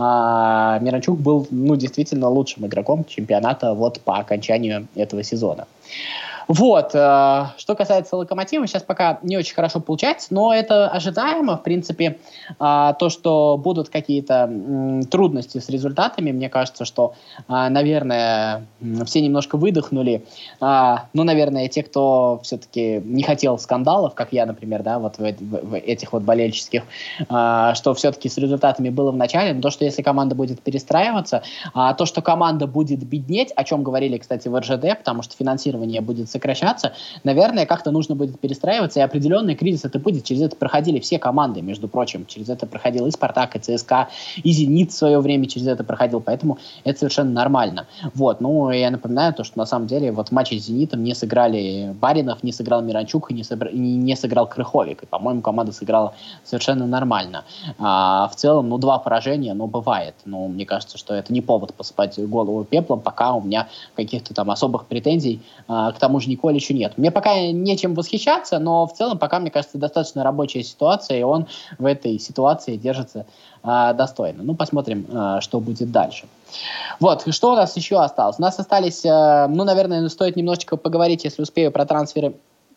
а, Миранчук был, ну, действительно лучшим игроком чемпионата вот по окончанию этого сезона. Вот, э, что касается Локомотива, сейчас пока не очень хорошо получается, но это ожидаемо, в принципе, э, то, что будут какие-то э, трудности с результатами, мне кажется, что, э, наверное, все немножко выдохнули, э, ну, наверное, те, кто все-таки не хотел скандалов, как я, например, да, вот в, в, в этих вот болельческих, э, что все-таки с результатами было в начале, но то, что если команда будет перестраиваться, э, то, что команда будет беднеть, о чем говорили, кстати, в эр жэ дэ, потому что финансирование будет сокращаться, наверное, как-то нужно будет перестраиваться, и определенный кризис это будет. Через это проходили все команды, между прочим. Через это проходил и «Спартак», и ЦСКА, и «Зенит» в свое время через это проходил, поэтому это совершенно нормально. Вот, ну, я напоминаю то, что на самом деле вот в матче с «Зенитом» не сыграли Баринов, не сыграл Миранчук, и не, собра... не, не сыграл Крыховик, и, по-моему, команда сыграла совершенно нормально. А, в целом, ну, два поражения, ну, бывает. Ну, мне кажется, что это не повод посыпать голову пеплом, пока у меня каких-то там особых претензий а, к тому же Николичу нет. Мне пока нечем восхищаться, но в целом пока, мне кажется, достаточно рабочая ситуация, и он в этой ситуации держится э, достойно. Ну, посмотрим, э, что будет дальше. Вот, что у нас еще осталось? У нас остались, э, ну, наверное, стоит немножечко поговорить, если успею, про трансферы,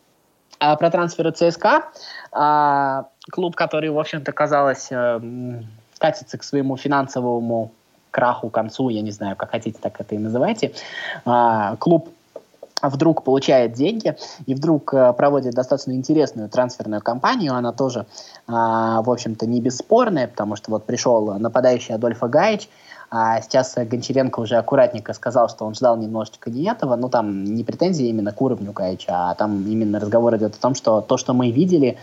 э, про трансферы ЦСКА. Э, клуб, который, в общем-то, казалось, э, катится к своему финансовому краху, концу, я не знаю, как хотите, так это и называйте. Э, клуб вдруг получает деньги и вдруг э, проводит достаточно интересную трансферную кампанию. Она тоже, э, в общем-то, не бесспорная, потому что вот пришел нападающий Адольфо Гаич, а сейчас Гончаренко уже аккуратненько сказал, что он ждал немножечко не этого, ну там не претензии именно к уровню Гаича, а там именно разговор идет о том, что то, что мы видели,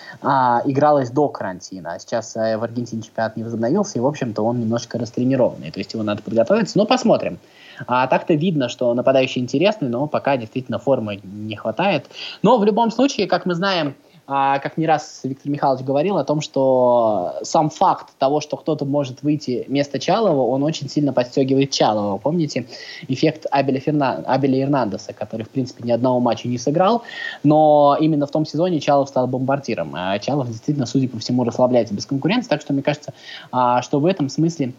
а, игралось до карантина. Сейчас а, в Аргентине чемпионат не возобновился, и, в общем-то, он немножко растренированный, то есть его надо подготовиться, но посмотрим. А так-то видно, что нападающий интересный, но пока действительно формы не хватает. Но в любом случае, как мы знаем, а, как не раз Виктор Михайлович говорил о том, что сам факт того, что кто-то может выйти вместо Чалова, он очень сильно подстегивает Чалова. Помните эффект Абеля, Фернан... Абеля Эрнандеса, который, в принципе, ни одного матча не сыграл, но именно в том сезоне Чалов стал бомбардиром. А Чалов действительно, судя по всему, расслабляется без конкуренции, так что мне кажется, а, что в этом смысле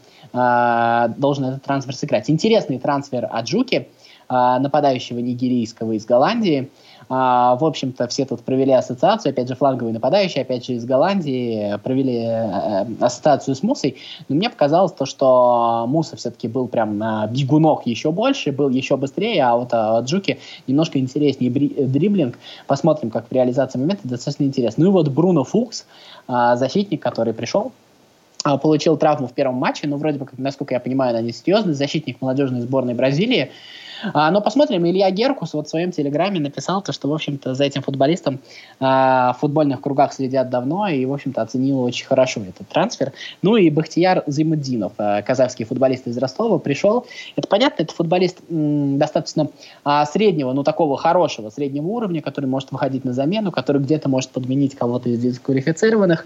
а, должен этот трансфер сыграть. Интересный трансфер Аджуки, а, нападающего нигерийского из Голландии. А, в общем-то, все тут провели ассоциацию, опять же, фланговый нападающий, опять же, из Голландии, провели э, ассоциацию с Мусой, но мне показалось то, что Муса все-таки был прям э, бегунок еще больше, был еще быстрее, а вот а, Джуки немножко интереснее бри- дриблинг. Посмотрим, как в реализации момента, достаточно интересно. Ну и вот Бруно Фукс, э, защитник, который пришел, э, получил травму в первом матче, но вроде бы, насколько я понимаю, она не серьезная, защитник молодежной сборной Бразилии. А, но посмотрим, Илья Геркус вот в своем телеграме написал, то, что, в общем-то, за этим футболистом а, в футбольных кругах следят давно и, в общем-то, оценил очень хорошо этот трансфер. Ну и Бахтияр Займуддинов, а, казахский футболист из Ростова, пришел. Это понятно, это футболист м, достаточно а, среднего, ну такого хорошего среднего уровня, который может выходить на замену, который где-то может подменить кого-то из дисквалифицированных.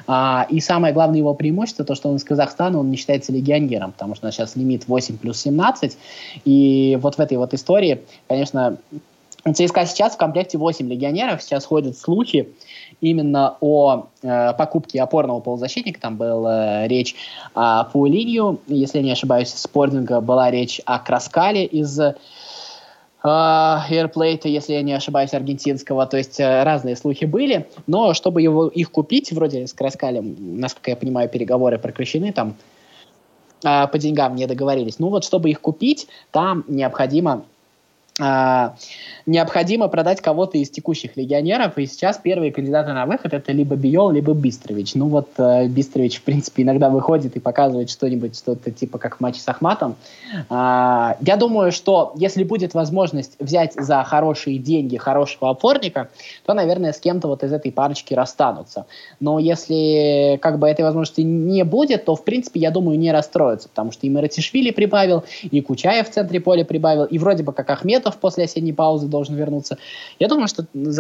А, и самое главное его преимущество, то, что он из Казахстана, он не считается легионером, потому что у нас сейчас лимит восемь плюс семнадцать, и вот в этой вот истории, конечно, у ЦСКА сейчас в комплекте восемь легионеров, сейчас ходят слухи именно о э, покупке опорного полузащитника, там была э, речь о Паулинью, если я не ошибаюсь, Спортинга была речь о Краскале из Эйрплейта, если я не ошибаюсь, аргентинского, то есть uh, разные слухи были, но чтобы его, их купить, вроде с Краскалем, насколько я понимаю, переговоры прекращены, там uh, по деньгам не договорились, ну вот чтобы их купить, там необходимо Uh, необходимо продать кого-то из текущих легионеров, и сейчас первые кандидаты на выход это либо Биол, либо Бистрович. Ну вот uh, Бистрович, в принципе, иногда выходит и показывает что-нибудь, что-то типа как в матче с Ахматом. Uh, я думаю, что если будет возможность взять за хорошие деньги хорошего опорника, то, наверное, с кем-то вот из этой парочки расстанутся. Но если как бы этой возможности не будет, то, в принципе, я думаю, не расстроятся, потому что и Маратишвили прибавил, и Кучаев в центре поля прибавил, и вроде бы как Ахметов после осенней паузы должен вернуться. Я думаю, что за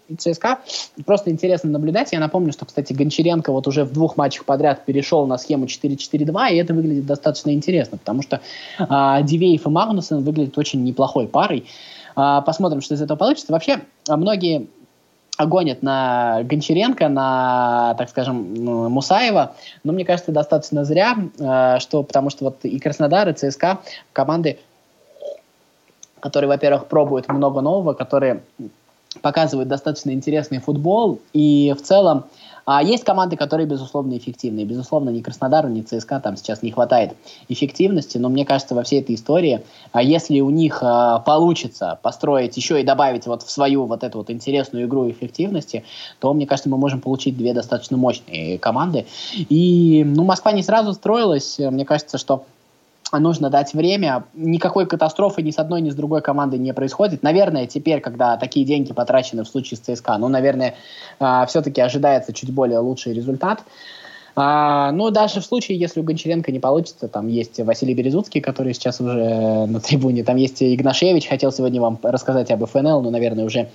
и ЦСКА просто интересно наблюдать. Я напомню, что, кстати, Гончаренко вот уже в двух матчах подряд перешел на схему четыре четыре два, и это выглядит достаточно интересно, потому что а, Дивеев и Магнусен выглядят очень неплохой парой. А, посмотрим, что из этого получится. Вообще, многие гонят на Гончаренко, на, так скажем, Мусаева, но мне кажется, достаточно зря, что, потому что вот и Краснодар, и ЦСКА команды, которые, во-первых, пробуют много нового, которые показывают достаточно интересный футбол, и в целом а есть команды, которые, безусловно, эффективны. Безусловно, ни Краснодару, ни ЦСКА там сейчас не хватает эффективности, но мне кажется, во всей этой истории, а если у них а, получится построить еще и добавить вот в свою вот эту вот интересную игру эффективности, то, мне кажется, мы можем получить две достаточно мощные команды. И, ну, Москва не сразу строилась. Мне кажется, что нужно дать время. Никакой катастрофы ни с одной, ни с другой командой не происходит. Наверное, теперь, когда такие деньги потрачены в случае с ЦСКА, ну, наверное, все-таки ожидается чуть более лучший результат. Ну, даже в случае, если у Гончаренко не получится, там есть Василий Березуцкий, который сейчас уже на трибуне, там есть Игнашевич, хотел сегодня вам рассказать об эф эн эл, но, наверное, уже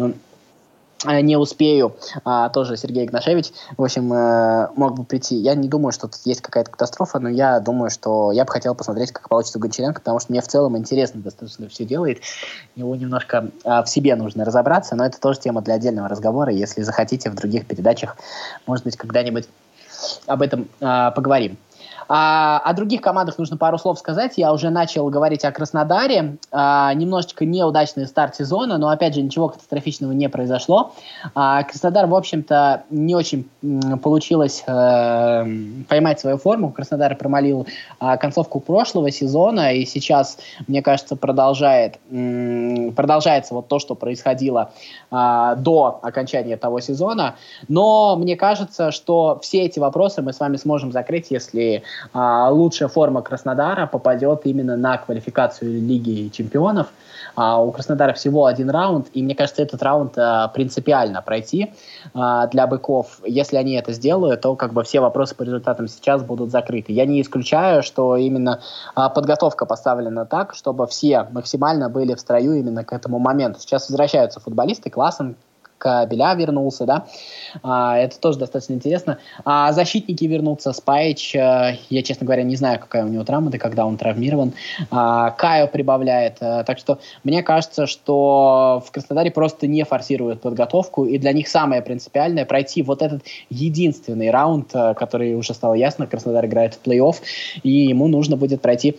не успею, а, тоже Сергей Игнашевич, в общем, э, мог бы прийти. Я не думаю, что тут есть какая-то катастрофа, но я думаю, что я бы хотел посмотреть, как получится у Гончаренко, потому что мне в целом интересно достаточно все делает. Его немножко а, в себе нужно разобраться, но это тоже тема для отдельного разговора. Если захотите, в других передачах, может быть, когда-нибудь об этом а, поговорим. А, о других командах нужно пару слов сказать. Я уже начал говорить о Краснодаре. А, немножечко неудачный старт сезона, но, опять же, ничего катастрофичного не произошло. А, Краснодар, в общем-то, не очень м, получилось э, поймать свою форму. Краснодар промолил э, концовку прошлого сезона, и сейчас, мне кажется, продолжает, м, продолжается вот то, что происходило э, до окончания того сезона. Но мне кажется, что все эти вопросы мы с вами сможем закрыть, если А, лучшая форма Краснодара попадет именно на квалификацию Лиги Чемпионов. А, у Краснодара всего один раунд, и мне кажется, этот раунд а, принципиально пройти а, для быков. Если они это сделают, то как бы все вопросы по результатам сейчас будут закрыты. Я не исключаю, что именно а, подготовка поставлена так, чтобы все максимально были в строю именно к этому моменту. Сейчас возвращаются футболисты, Классен, Беля вернулся, да, а, это тоже достаточно интересно. А защитники вернутся, Спайч, а, я, честно говоря, не знаю, какая у него травма, да когда он травмирован. А, Кайо прибавляет, а, так что мне кажется, что в Краснодаре просто не форсируют подготовку, и для них самое принципиальное пройти вот этот единственный раунд, а, который уже стало ясно, Краснодар играет в плей-офф, и ему нужно будет пройти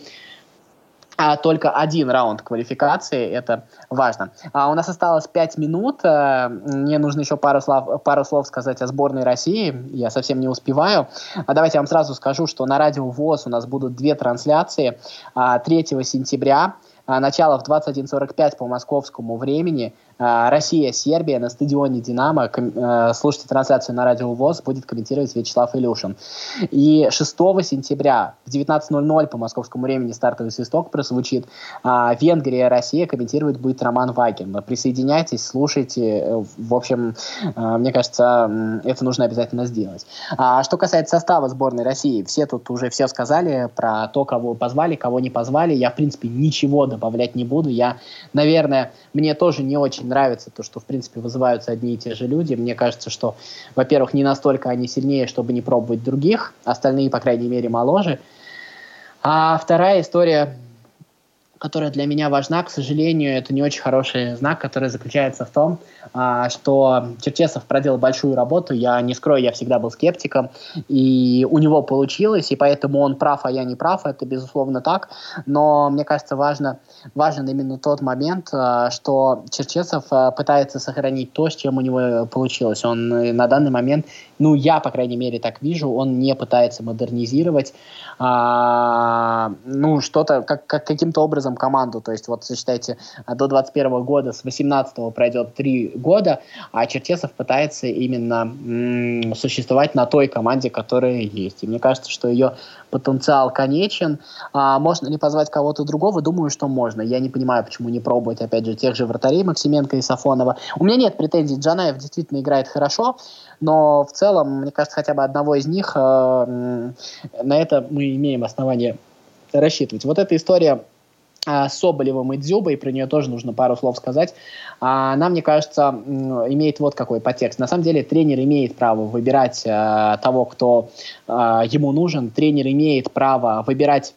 А только один раунд квалификации, это важно. А у нас осталось пять минут. Мне нужно еще пару слов, пару слов сказать о сборной России. Я совсем не успеваю. А давайте я вам сразу скажу, что на Радио ВОС у нас будут две трансляции. третьего сентября, начало в двадцать один сорок пять по московскому времени. Россия-Сербия на стадионе «Динамо». Слушайте трансляцию на Радио ВОС, будет комментировать Вячеслав Илюшин. И шестого сентября в девятнадцать ноль ноль по московскому времени стартовый свисток прозвучит. Венгрия-Россия комментировать будет Роман Вагин. Присоединяйтесь, слушайте. В общем, мне кажется, это нужно обязательно сделать. А что касается состава сборной России, все тут уже все сказали про то, кого позвали, кого не позвали. Я, в принципе, ничего добавлять не буду. Я, наверное, мне тоже не очень нравится то, что, в принципе, вызываются одни и те же люди. Мне кажется, что, во-первых, не настолько они сильнее, чтобы не пробовать других. Остальные, по крайней мере, моложе. А вторая история, которая для меня важна, к сожалению, это не очень хороший знак, который заключается в том, что Черчесов проделал большую работу. Я не скрою, я всегда был скептиком, и у него получилось, и поэтому он прав, а я не прав. Это, безусловно, так. Но мне кажется, важно, важен именно тот момент, что Черчесов пытается сохранить то, с чем у него получилось. Он на данный момент, ну, я, по крайней мере, так вижу, он не пытается модернизировать а, ну, что-то, как, как, каким-то образом команду. То есть, вот, считайте, до двадцать первого года, с восемнадцатого пройдет три года, а Черчесов пытается именно м- существовать на той команде, которая есть. И мне кажется, что ее потенциал конечен. А можно ли позвать кого-то другого? Думаю, что можно. Я не понимаю, почему не пробовать, опять же, тех же вратарей Максименко и Сафонова. У меня нет претензий. Джанаев действительно играет хорошо, но в целом, мне кажется, хотя бы одного из них э, на это мы имеем основание рассчитывать. Вот эта история с Соболевым и Дзюбой, про нее тоже нужно пару слов сказать. Она, мне кажется, имеет вот какой подтекст. На самом деле тренер имеет право выбирать того, кто ему нужен. Тренер имеет право выбирать,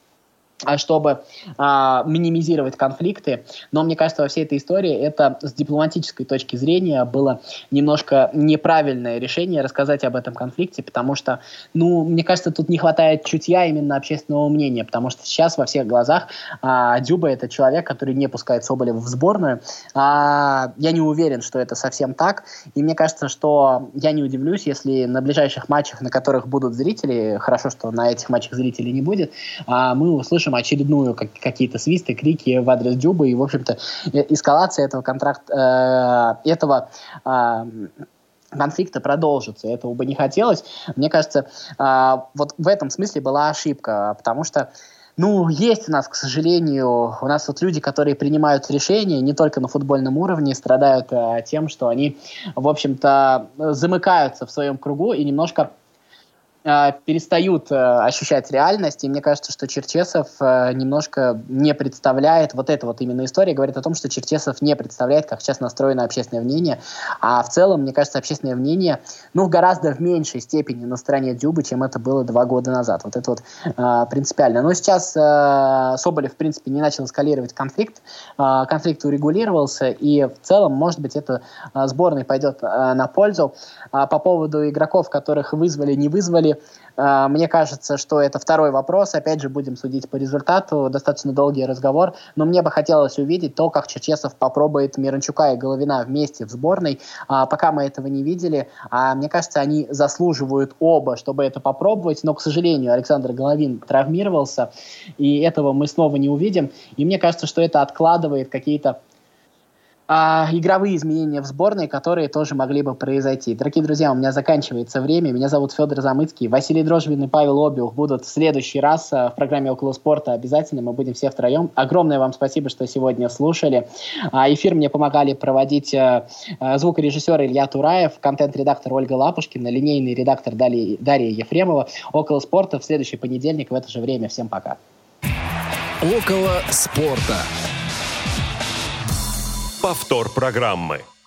чтобы а, минимизировать конфликты. Но мне кажется, во всей этой истории это с дипломатической точки зрения было немножко неправильное решение рассказать об этом конфликте, потому что, ну, мне кажется, тут не хватает чутья именно общественного мнения, потому что сейчас во всех глазах а, Дзюба — это человек, который не пускает Соболева в сборную. А, я не уверен, что это совсем так, и мне кажется, что я не удивлюсь, если на ближайших матчах, на которых будут зрители, хорошо, что на этих матчах зрителей не будет, а, мы услышим очередную как, какие-то свисты, крики в адрес Дзюбы, и, в общем-то, эскалация этого контракта, э, этого э, конфликта продолжится. Этого бы не хотелось. Мне кажется, э, вот в этом смысле была ошибка, потому что, ну, есть у нас, к сожалению, у нас вот люди, которые принимают решения не только на футбольном уровне, страдают э, тем, что они, в общем-то, замыкаются в своем кругу и немножко перестают э, ощущать реальность, и мне кажется, что Черчесов э, немножко не представляет, вот эта вот именно история говорит о том, что Черчесов не представляет, как сейчас настроено общественное мнение, а в целом, мне кажется, общественное мнение, ну, в гораздо в меньшей степени на стороне Дзюбы, чем это было два года назад. Вот это вот э, принципиально. Но сейчас э, Соболев, в принципе, не начал эскалировать конфликт, э, конфликт урегулировался, и в целом, может быть, это э, сборной пойдет э, на пользу. А по поводу игроков, которых вызвали, не вызвали, мне кажется, что это второй вопрос. Опять же, будем судить по результату. Достаточно долгий разговор. Но мне бы хотелось увидеть то, как Черчесов попробует Миранчука и Головина вместе в сборной. Пока мы этого не видели. Мне кажется, они заслуживают оба, чтобы это попробовать. Но, к сожалению, Александр Головин травмировался. И этого мы снова не увидим. И мне кажется, что это откладывает какие-то А, игровые изменения в сборной, которые тоже могли бы произойти. Дорогие друзья, у меня заканчивается время. Меня зовут Федор Замыцкий. Василий Дрожжин и Павел Обиух будут в следующий раз в программе «Около спорта». Обязательно мы будем все втроем. Огромное вам спасибо, что сегодня слушали. А, эфир мне помогали проводить а, звукорежиссер Илья Тураев, контент-редактор Ольга Лапушкина, линейный редактор Дарья, Дарья Ефремова. «Около спорта» в следующий понедельник в это же время. Всем пока. «Около спорта». Повтор программы.